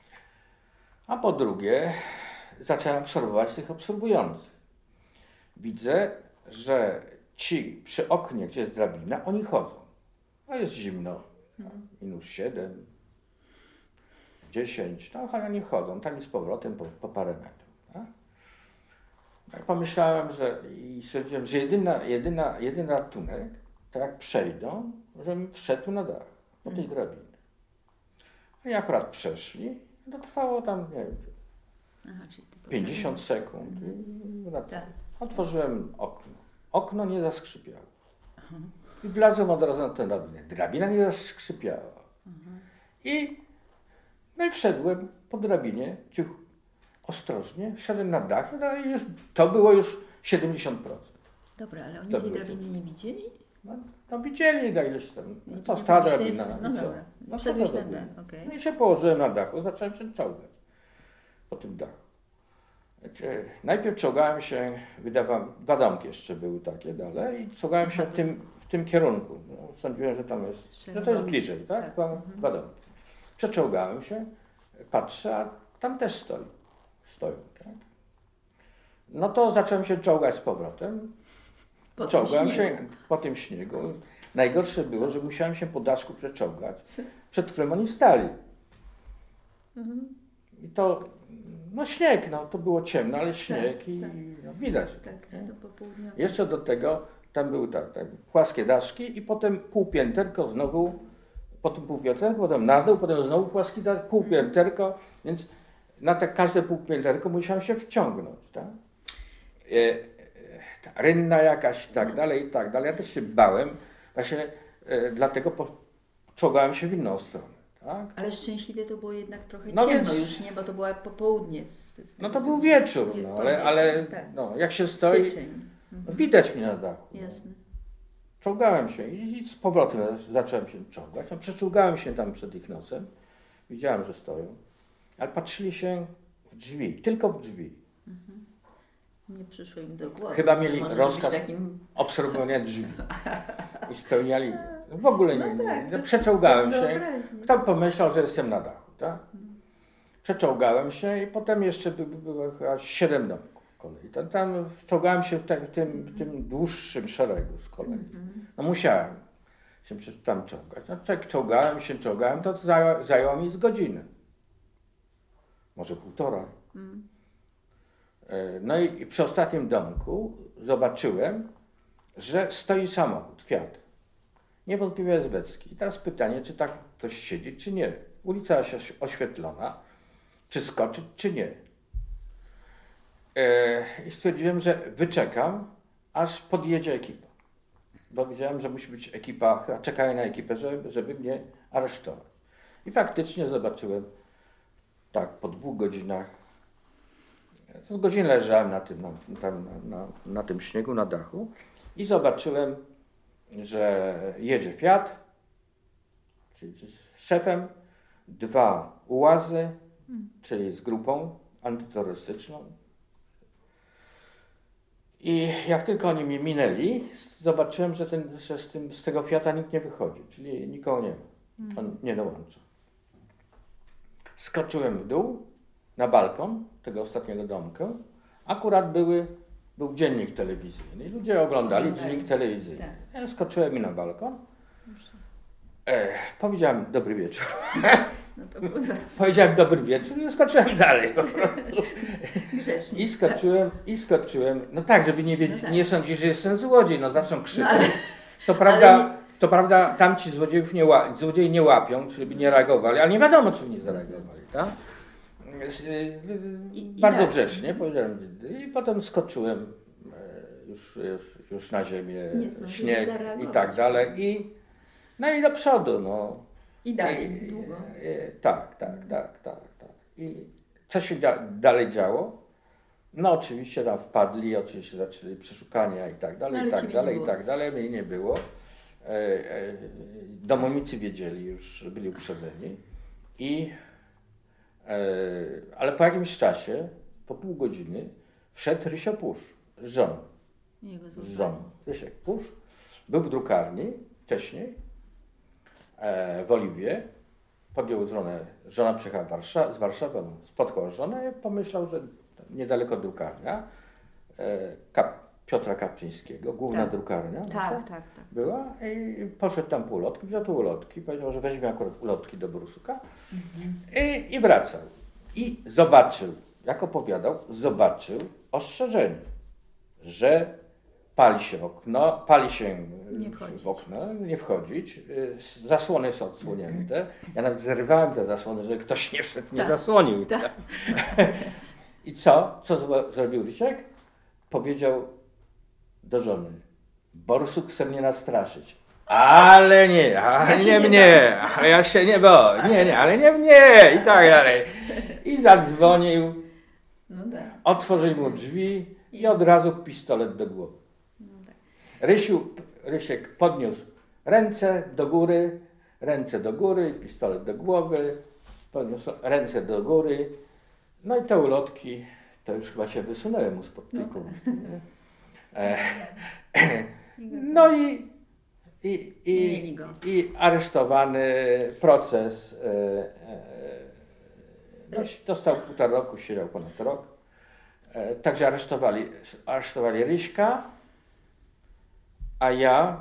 A po drugie, zacząłem obserwować tych obserwujących. Widzę, że ci przy oknie, gdzie jest drabina, oni chodzą. A jest zimno, minus siedem, dziesięć, no oni chodzą, tam i z powrotem po, po parę metrów. Tak? Ja pomyślałem, że i stwierdziłem, że jedyna, jedyna, jedyny ratunek, tak jak przejdą, żebym wszedł na dach po tej drabinie. Oni akurat przeszli, to trwało tam, nie wiem, Aha, pięćdziesiąt sekund. Mhm. Tak. Otworzyłem okno. Okno nie zaskrzypiało. Aha. I wlazłem od razu na tę drabinę. Drabina nie zaskrzypiała. Aha. I, no i wszedłem po drabinie, ciuch, ostrożnie, wszedłem na dach, no i już, to było już siedemdziesiąt procent. Dobra, ale oni to tej drabiny nie widzieli? No, no widzieli, da ileś tam, no, co stała drabina. No dobra, no, wszedłeś na dach, okej. Okay. No i się położyłem na dachu, zacząłem się czołgać po tym dachu. Najpierw czołgałem się, wydawałem, dwa domki jeszcze były takie dalej i czołgałem się w tym, w tym kierunku. No, sądziłem, że tam jest, że to jest bliżej, tak? tak. Dwa, mhm. dwa domki. Przeczołgałem się, patrzę, a tam też stoi, stoją, tak? No to zacząłem się czołgać z powrotem. Po Czołgałem się po tym śniegu. Najgorsze było, że musiałem się po daszku przeczołgać, przed którym oni stali. Mhm. I to, no śnieg, no to było ciemno, ale śnieg tak, i tak. No, widać. Tak, to popołudniowe. Jeszcze do tego, tam były tak, tak, płaskie daszki i potem półpięterko znowu, potem półpięterko, potem na dół, potem znowu płaski daszek, półpięterko, więc na te każde półpięterko musiałem się wciągnąć, tak? E, e, ta rynna jakaś i tak no. dalej, i tak dalej. Ja też się bałem, właśnie e, dlatego po, czołgałem się w inną stronę. Tak? Ale szczęśliwie to było jednak trochę no ciemno więc, już, nie? Bo to było popołudnie. Z, z no to był wieczór, no, ale, ale tak. no, jak się stoi, no, widać mnie na dachu. Jasne. Czołgałem się i, i z powrotem zacząłem się czołgać. No, przeczołgałem się tam przed ich nosem. Widziałem, że stoją. Ale patrzyli się w drzwi, tylko w drzwi. Mhm. Nie przyszło im do głowy. Chyba mieli rozkaz takim... obserwowania drzwi. I spełniali... W ogóle nie, no tak, nie. Przeczołgałem się. Kto pomyślał, że jestem na dachu, tak? Przeczołgałem się i potem jeszcze by, by było chyba siedem domków z kolei. Tam, tam czołgałem się w, te, w, tym, w tym dłuższym szeregu z kolei. No musiałem się tam czołgać. No jak czołgałem się, czołgałem, to zajęło, zajęło mi z godziny. Może półtora. No i przy ostatnim domku zobaczyłem, że stoi samochód, Fiat. Niewątpliwie esbecki. I teraz pytanie, czy tak ktoś siedzi, czy nie. Ulica jest oświetlona, czy skoczyć, czy nie. I stwierdziłem, że wyczekam, aż podjedzie ekipa. Bo wiedziałem, że musi być ekipa, chyba czekają na ekipę, żeby, żeby mnie aresztować. I faktycznie zobaczyłem, tak, po dwóch godzinach, z godzin leżałem na tym, na, tam, na, na, na tym śniegu, na dachu i zobaczyłem, że jedzie Fiat, czyli z szefem, dwa ułazy, hmm. czyli z grupą antyterrorystyczną. I jak tylko oni mnie minęli, zobaczyłem, że, ten, że z, tym, z tego Fiata nikt nie wychodzi, czyli nikogo nie ma, hmm. on nie dołącza. Skoczyłem w dół, na balkon tego ostatniego domku. Akurat były, był dziennik telewizyjny i ludzie oglądali Oglądali. dziennik telewizyjny. Tak. Ja skoczyłem mi na balkon. E, powiedziałem dobry wieczór. No to było za... Powiedziałem dobry wieczór i skoczyłem dalej. Grzecznie. I skoczyłem, i skoczyłem. No tak, żeby nie, wiedzieć, no tak. nie sądzić, że jestem złodziej. No zaczną krzyczeć. No ale... To prawda, ale... to prawda, tamci złodziejów nie, ła... złodziei nie łapią, czyli by nie reagowali, ale nie wiadomo, czy by nie zareagowali. Tak? I, Bardzo i grzecznie, powiedziałem. I potem skoczyłem już już, już, już na ziemię, Nie zdążyli śnieg zareagować. i tak dalej. I, no i do przodu. No. I dalej, I, długo. I, tak, tak, tak, tak, tak. I co się dzia- dalej działo? No oczywiście tam wpadli, oczywiście zaczęli przeszukania i tak dalej, Ale i tak ciebie dalej, nie i było. tak dalej, mnie nie było. E, e, domowicy wiedzieli już, byli uprzedzeni. I, e, ale po jakimś czasie, po pół godziny, wszedł Rysio Pusz z żoną. Jego Z złapali. żoną. Rysiek Pusz był w drukarni wcześniej, e, w Oliwie. Podjął żonę, żona przyjechała Warsza- z Warszawy, on spotkał żonę i pomyślał, że niedaleko drukarnia e, Kap, Piotra Kapczyńskiego, główna Tak. drukarnia Tak, nasza tak, tak. była i poszedł tam po ulotki, wziął tu ulotki, powiedział, że weźmie akurat ulotki do Borusuka i, i wracał. I zobaczył, jak opowiadał, zobaczył ostrzeżenie, że pali się okno, pali się Nie w wchodzić. okno, nie wchodzić, y, zasłony są odsłonięte. Ja nawet zerwałem te zasłony, żeby ktoś nie wszedł, nie Tak. zasłonił. Tak. I co? Co zro- zrobił Rysiek? Powiedział do żony, Borsuk chce mnie nastraszyć. Ale nie, ale Ja się nie nie mnie, a ja się nie boję, nie, nie, ale nie mnie i tak dalej. I zadzwonił, No tak. otworzył mu drzwi i od razu pistolet do głowy. Rysiu, Rysiek podniósł ręce do góry, ręce do góry, pistolet do głowy, podniósł ręce do góry. No i te ulotki, to już chyba się wysunęły mu spod tej No. kurtki, nie? E, no i, i, I i, mieli go. i aresztowany, proces, e, e, no, dostał półtora roku, siedział ponad rok. E, także aresztowali, aresztowali Ryśka, a ja,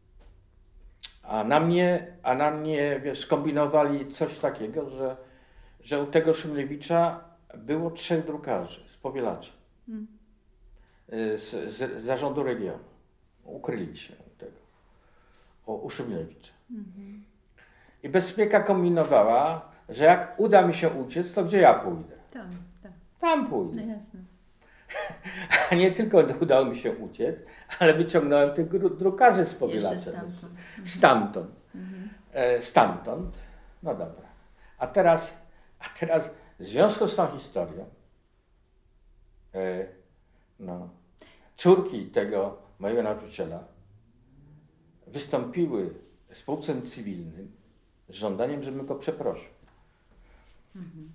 a na mnie, a na mnie, wiesz, kombinowali coś takiego, że, że u tego Szymlewicza było trzech drukarzy z Powielacza, Mm. z, z, z zarządu regionu. Ukryli się u tego, u, u Szymlewicza. Mhm. I bezpieka kombinowała, że jak uda mi się uciec, to gdzie ja pójdę? Tam, tak. Tam No pójdę. jasne. A nie tylko udało mi się uciec, ale wyciągnąłem tych gru- drukarzy z Jeszcze Powielacza. stamtąd. Stamtąd. Mhm. E, stamtąd. No dobra. A teraz, a teraz w związku z tą historią e, no, córki tego mojego nauczyciela wystąpiły z spółcem cywilnym z żądaniem, żebym go przeprosił. Mhm.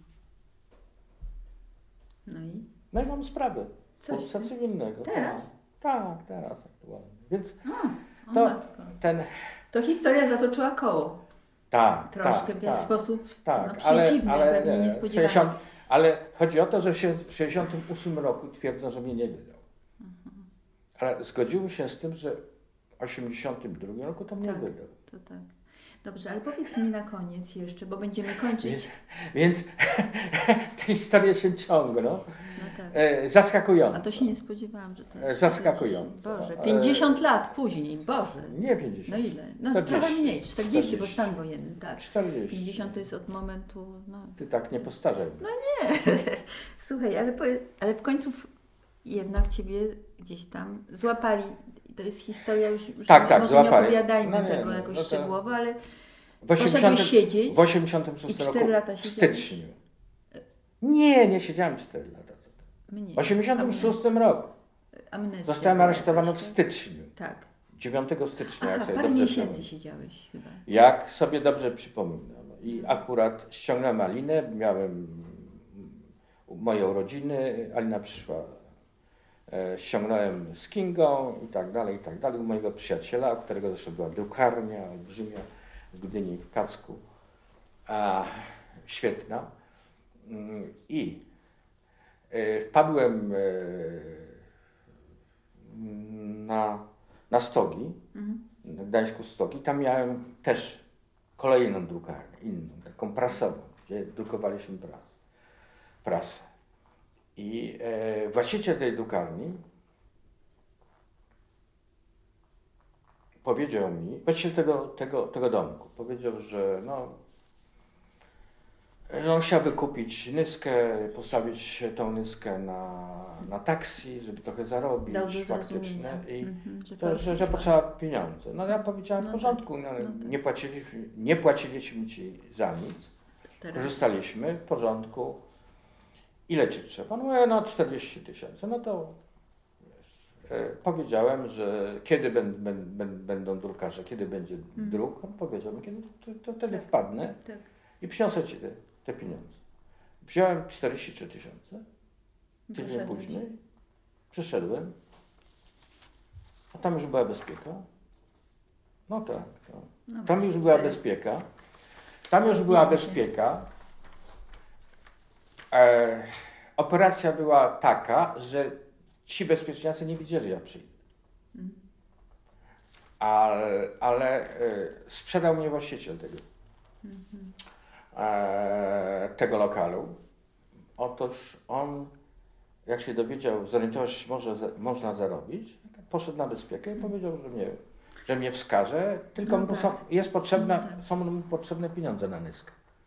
No i? No i mam sprawę Coś spółca ty. cywilnego. Teraz? Tak, tak, teraz aktualnie. Więc O, o To- matko. ten, To historia zatoczyła koło. tak, Troszkę tak, w tak. sposób Tak, no, ale, przedziwny, ale, pewnie nie, niespodziewany. sześćdziesiąt ale chodzi o to, że w sześćdziesiątym ósmym roku twierdzą, że mnie nie wydał. Mhm. Ale zgodziły się z tym, że w osiemdziesiątym drugim roku to mnie Tak. wydał. To tak. Dobrze, ale powiedz mi na koniec jeszcze, bo będziemy kończyć. Więc, więc te historie się ciągną. No tak. E, zaskakujące. A to się nie spodziewałam, że to... E, zaskakujące. Boże, E, pięćdziesiąt lat później, Boże. Nie pięćdziesiąt. No ile? No czterdzieści. trochę mniej, czterdzieści, bo czterdzieści. stan wojenny, tak. czterdzieści. pięćdziesiąt to jest od momentu, no... Ty tak nie postarzaj. No Słuchaj, ale, powie- ale w końcu w- jednak Ciebie gdzieś tam złapali. To jest historia już, już Tak, nie, tak, może złapali. nie opowiadajmy No nie, tego no, jakoś no to- szczegółowo, ale W poszedłeś osiemdziesiątym siedzieć w osiemdziesiątym szóstym i roku cztery lata w siedziałeś? styczniu. Nie, nie siedziałem cztery lata. mnie. W osiemdziesiątym szóstym roku. Amnestia Zostałem była aresztowany w jakaś, tak? styczniu. Tak. dziewiątego stycznia, jak Aha, sobie parę dobrze miesięcy pamiętam. siedziałeś chyba. Jak sobie dobrze przypominam. I akurat ściągnąłem Alinę, miałem moje urodziny, Alina przyszła, e, ściągnąłem z Kingą i tak dalej, i tak dalej, u mojego przyjaciela, u którego zresztą była drukarnia olbrzymia w Gdyni, w Kacku, a, świetna. Mm, I e, wpadłem e, na, na stogi, Mhm. na Gdańsku Stogi, tam miałem też kolejną drukarnię, inną, taką prasową, gdzie drukowaliśmy prasę. prasę. I e, właściciel tej drukarni powiedział mi, właściciel tego, tego, tego domku, powiedział, że no, że on chciałby kupić nyskę, postawić tą nyskę na, na taksi, żeby trochę zarobić Dobrze faktyczne i mm-hmm, że, to, że, że potrzeba pieniądze. No ja powiedziałem no w porządku, tak, no, no tak. nie, płaciliśmy, nie płaciliśmy ci za nic, Teraz. korzystaliśmy w porządku. Ile ci trzeba? No mówię, no czterdzieści tysięcy. No to wiesz, e, powiedziałem, że kiedy ben, ben, ben, będą drukarze, kiedy będzie mm. druk, on powiedział mi, kiedy to, to, to wtedy tak. wpadnę Tak. i przyniosę ci te, te pieniądze. Wziąłem czterdzieści trzy tysiące, tydzień Poszedłeś. później przyszedłem, a tam już była bezpieka. No tak, to. No tam właśnie, już była to jest- bezpieka. Tam już to była zdjęcie. bezpieka. E, operacja była taka, że ci bezpieczniacy nie widzieli, jak przyjdę. Mm. Ale, ale e, sprzedał mnie właściciel tego, e, tego lokalu. Otóż on, jak się dowiedział, zorientował się, że może, za- można zarobić, poszedł na bezpiekę i powiedział, że mnie, że mnie wskaże, tylko No mu tak. są, jest potrzebna, No tak. są mu potrzebne pieniądze na nyskę.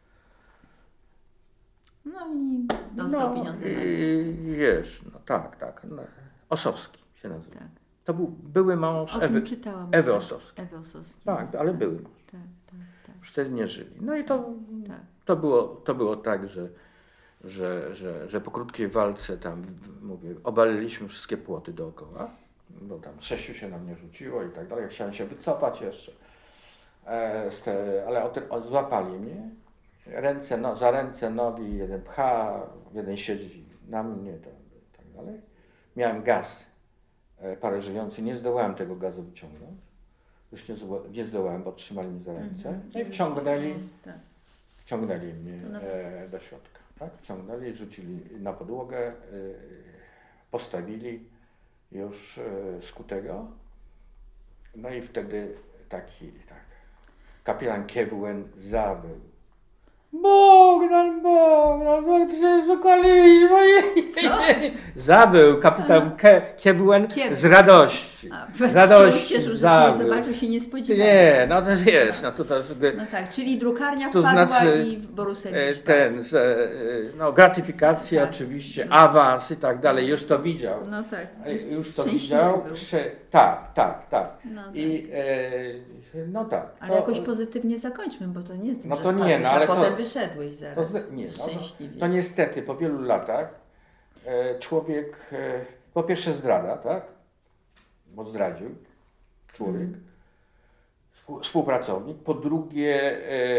No i dostał pieniądze na i, nyskę. wiesz, no tak, tak. No, Osowski się nazywa. Tak. To był były mąż O Ewy, tym czytałam. Ewy Osowskiej. Ewy Osowskiej. Tak, ale były mąż. Tak, tak, tak. Już wtedy nie żyli. No i to, tak. to, było, to było tak, że, że, że, że po krótkiej walce tam, w- mówię, obaliliśmy wszystkie płoty dookoła, bo tam sześciu się na mnie rzuciło i tak dalej. Ja chciałem się wycofać jeszcze, e, z te, ale o, o, złapali mnie. Ręce, no, za ręce, nogi, jeden pcha, jeden siedzi na mnie to, i tak dalej. Miałem gaz e, paraliżujący, nie zdołałem tego gazu wyciągnąć. Już nie, zło- nie zdołałem, bo trzymali mnie za ręce. Mhm. No i wciągnęli, Tak. wciągnęli mnie To na- e, do środka. Tak? Wciągnęli, rzucili na podłogę, e, postawili już e, skutego. No i wtedy taki, tak, kapitan Kiewuen zawył. Bogdan, Bogdan, Bogdan, ty się szukaliśmy. Co? Zawył kapitan Ke- Kiewuen Kiewuen. z radości. A, Z radości się ucieszył, że się zawył. zobaczył, się nie spodziewał. Nie, no to wiesz, no to, to No tak, czyli drukarnia To wpadła znaczy, i Borusewicz e, wpadł. ten, że, e, no gratyfikacja Tak. oczywiście, awans i tak dalej, już to widział. No tak. E, Już to Szczęśliwy widział. był. Prze- tak, tak, tak. No tak. I e, no tak. Ale to- jakoś pozytywnie zakończmy, bo to nie jest tak, No że to nie, wpadłeś, no ale a to- potem wyszedłeś To, zaraz zde- nie, no, szczęśliwie. to niestety po wielu latach e, człowiek, e, po pierwsze zdrada, tak? Bo zdradził człowiek, Mm. współ- współpracownik. Po drugie, e,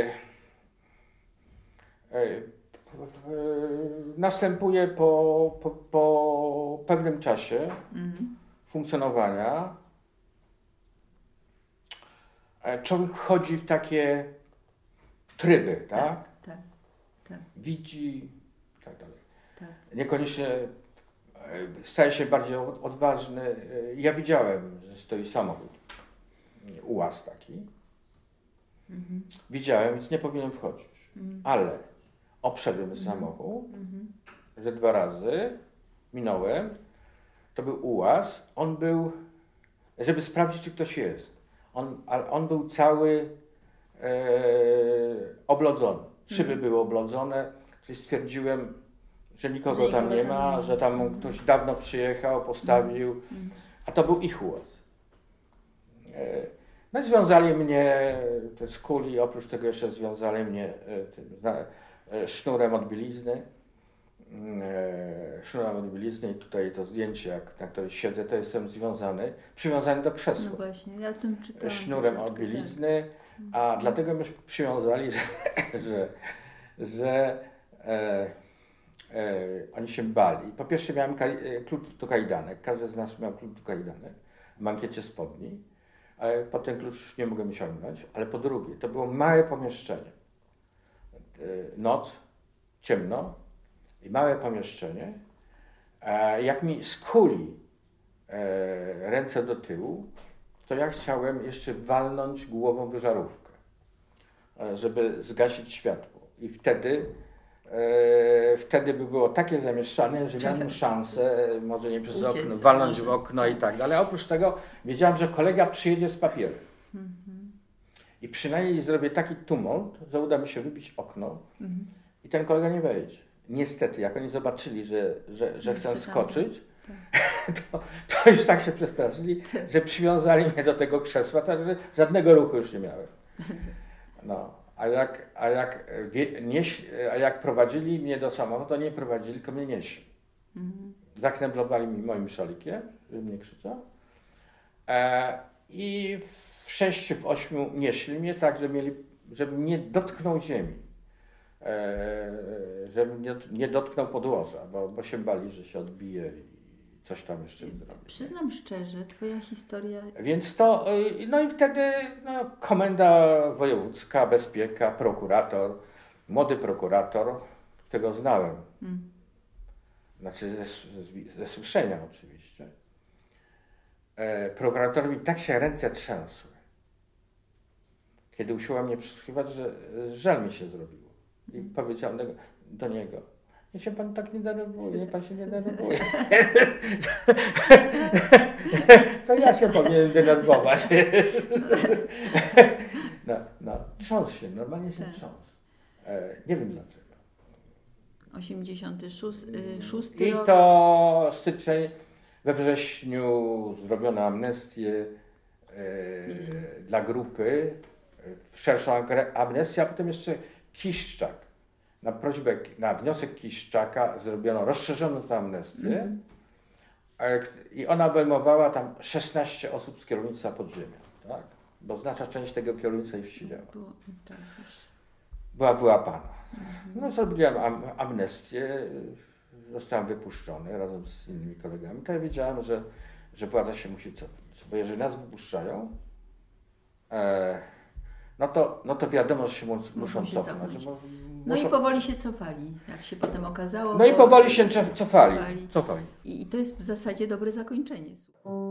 e, e, następuje po, po, po pewnym czasie Mhm. funkcjonowania. e, Człowiek wchodzi w takie tryby, tak? Tak, tak, tak, Widzi i tak dalej. tak. Niekoniecznie e, staje się bardziej od- odważny. E, Ja widziałem, że stoi samochód, ułaz taki. Mhm. Widziałem, więc nie powinienem wchodzić. Mhm. Ale obszedłem samochód, Mhm. że dwa razy minąłem. To był ułaz. On był, żeby sprawdzić, czy ktoś jest. On, ale on był cały e, oblodzony. Szyby Mhm. były oblodzone, czyli stwierdziłem, że nikogo Że tam nikogo nie tam ma, nie ma. że tam Mhm. ktoś dawno przyjechał, postawił, Mhm. a to był ich ułaz. E, No i związali mnie, te skuli, oprócz tego jeszcze związali mnie e, tym, zna- e, sznurem od bielizny. E, Sznurem od bielizny i tutaj to zdjęcie, jak, na którym siedzę, to jestem związany, przywiązany do No krzesła. właśnie, ja o tym czytałam. Sznurem troszeczkę, od bielizny, a dlatego mnie przywiązali, że, że, że e, e, oni się bali. Po pierwsze miałem ka- e, klucz do kajdanek, każdy z nas miał klucz do kajdanek w mankiecie spodni, ale potem klucz już nie mogłem sięgnąć, ale po drugie, to było małe pomieszczenie. E, noc, ciemno i małe pomieszczenie. E, jak mi skuli e, ręce do tyłu, to ja chciałem jeszcze walnąć głową w żarówkę, e, żeby zgasić światło. I wtedy, e, wtedy by było takie zamieszanie, że miałem szansę, e, może nie przez Uciec, okno, walnąć może, w okno i tak. tak dalej. A oprócz tego wiedziałem, że kolega przyjedzie z papierem. Mhm. I przynajmniej zrobię taki tumult, że uda mi się wybić okno Mhm. i ten kolega nie wejdzie. Niestety, jak oni zobaczyli, że, że, że chcę skoczyć, to, to już tak się przestraszyli, że przywiązali mnie do tego krzesła, tak że żadnego ruchu już nie miałem. No, a jak, a jak, wie, nieś, a jak prowadzili mnie do samochodu, to nie prowadzili, tylko mnie nieśli. Mhm. Zakneblowali mi moim szalikiem, żeby mnie krzyczał. E, I w sześciu, w ośmiu nieśli mnie tak, że mieli, żeby nie dotknął ziemi. E, żeby nie, nie dotknął podłoża, bo, bo się bali, że się odbije i coś tam jeszcze zrobi. Przyznam szczerze, twoja historia... Więc to, no i wtedy no, komenda wojewódzka, bezpieka, prokurator, młody prokurator, którego znałem, hmm. znaczy ze, ze, ze słyszenia oczywiście, e, prokuratorowi tak się ręce trzęsły, kiedy usiłował mnie przesłuchiwać, że żal mi się zrobiło. I powiedziałem do, do niego, niech się pan tak nie denerwuje, niech pan się nie denerwuje. To ja się powinienem denerwować. No, no, trząsł się, normalnie się tak. trząsł. E, nie wiem dlaczego. osiemdziesiąty szósty I rok. to styczeń, we wrześniu zrobiono amnestię e, dla grupy, szerszą amnestię, a potem jeszcze Kiszczak. Na prośbę, na wniosek Kiszczaka zrobiono rozszerzoną tę amnestię mm. i ona obejmowała tam szesnaście osób z kierownictwa podziemia, tak? Bo znaczna część tego kierownictwa już siedziała. Była wyłapana. Mm-hmm. No zrobiłem am, amnestię, zostałem wypuszczony razem z innymi kolegami. To ja wiedziałem, że, że władza się musi cofnąć, bo jeżeli nas wypuszczają, e, no, to, no to wiadomo, że się mus, muszą się cofnąć. cofnąć. Bo, No muszą... i powoli się cofali, jak się potem okazało. No i powoli się cofali. cofali. I, I to jest w zasadzie dobre zakończenie.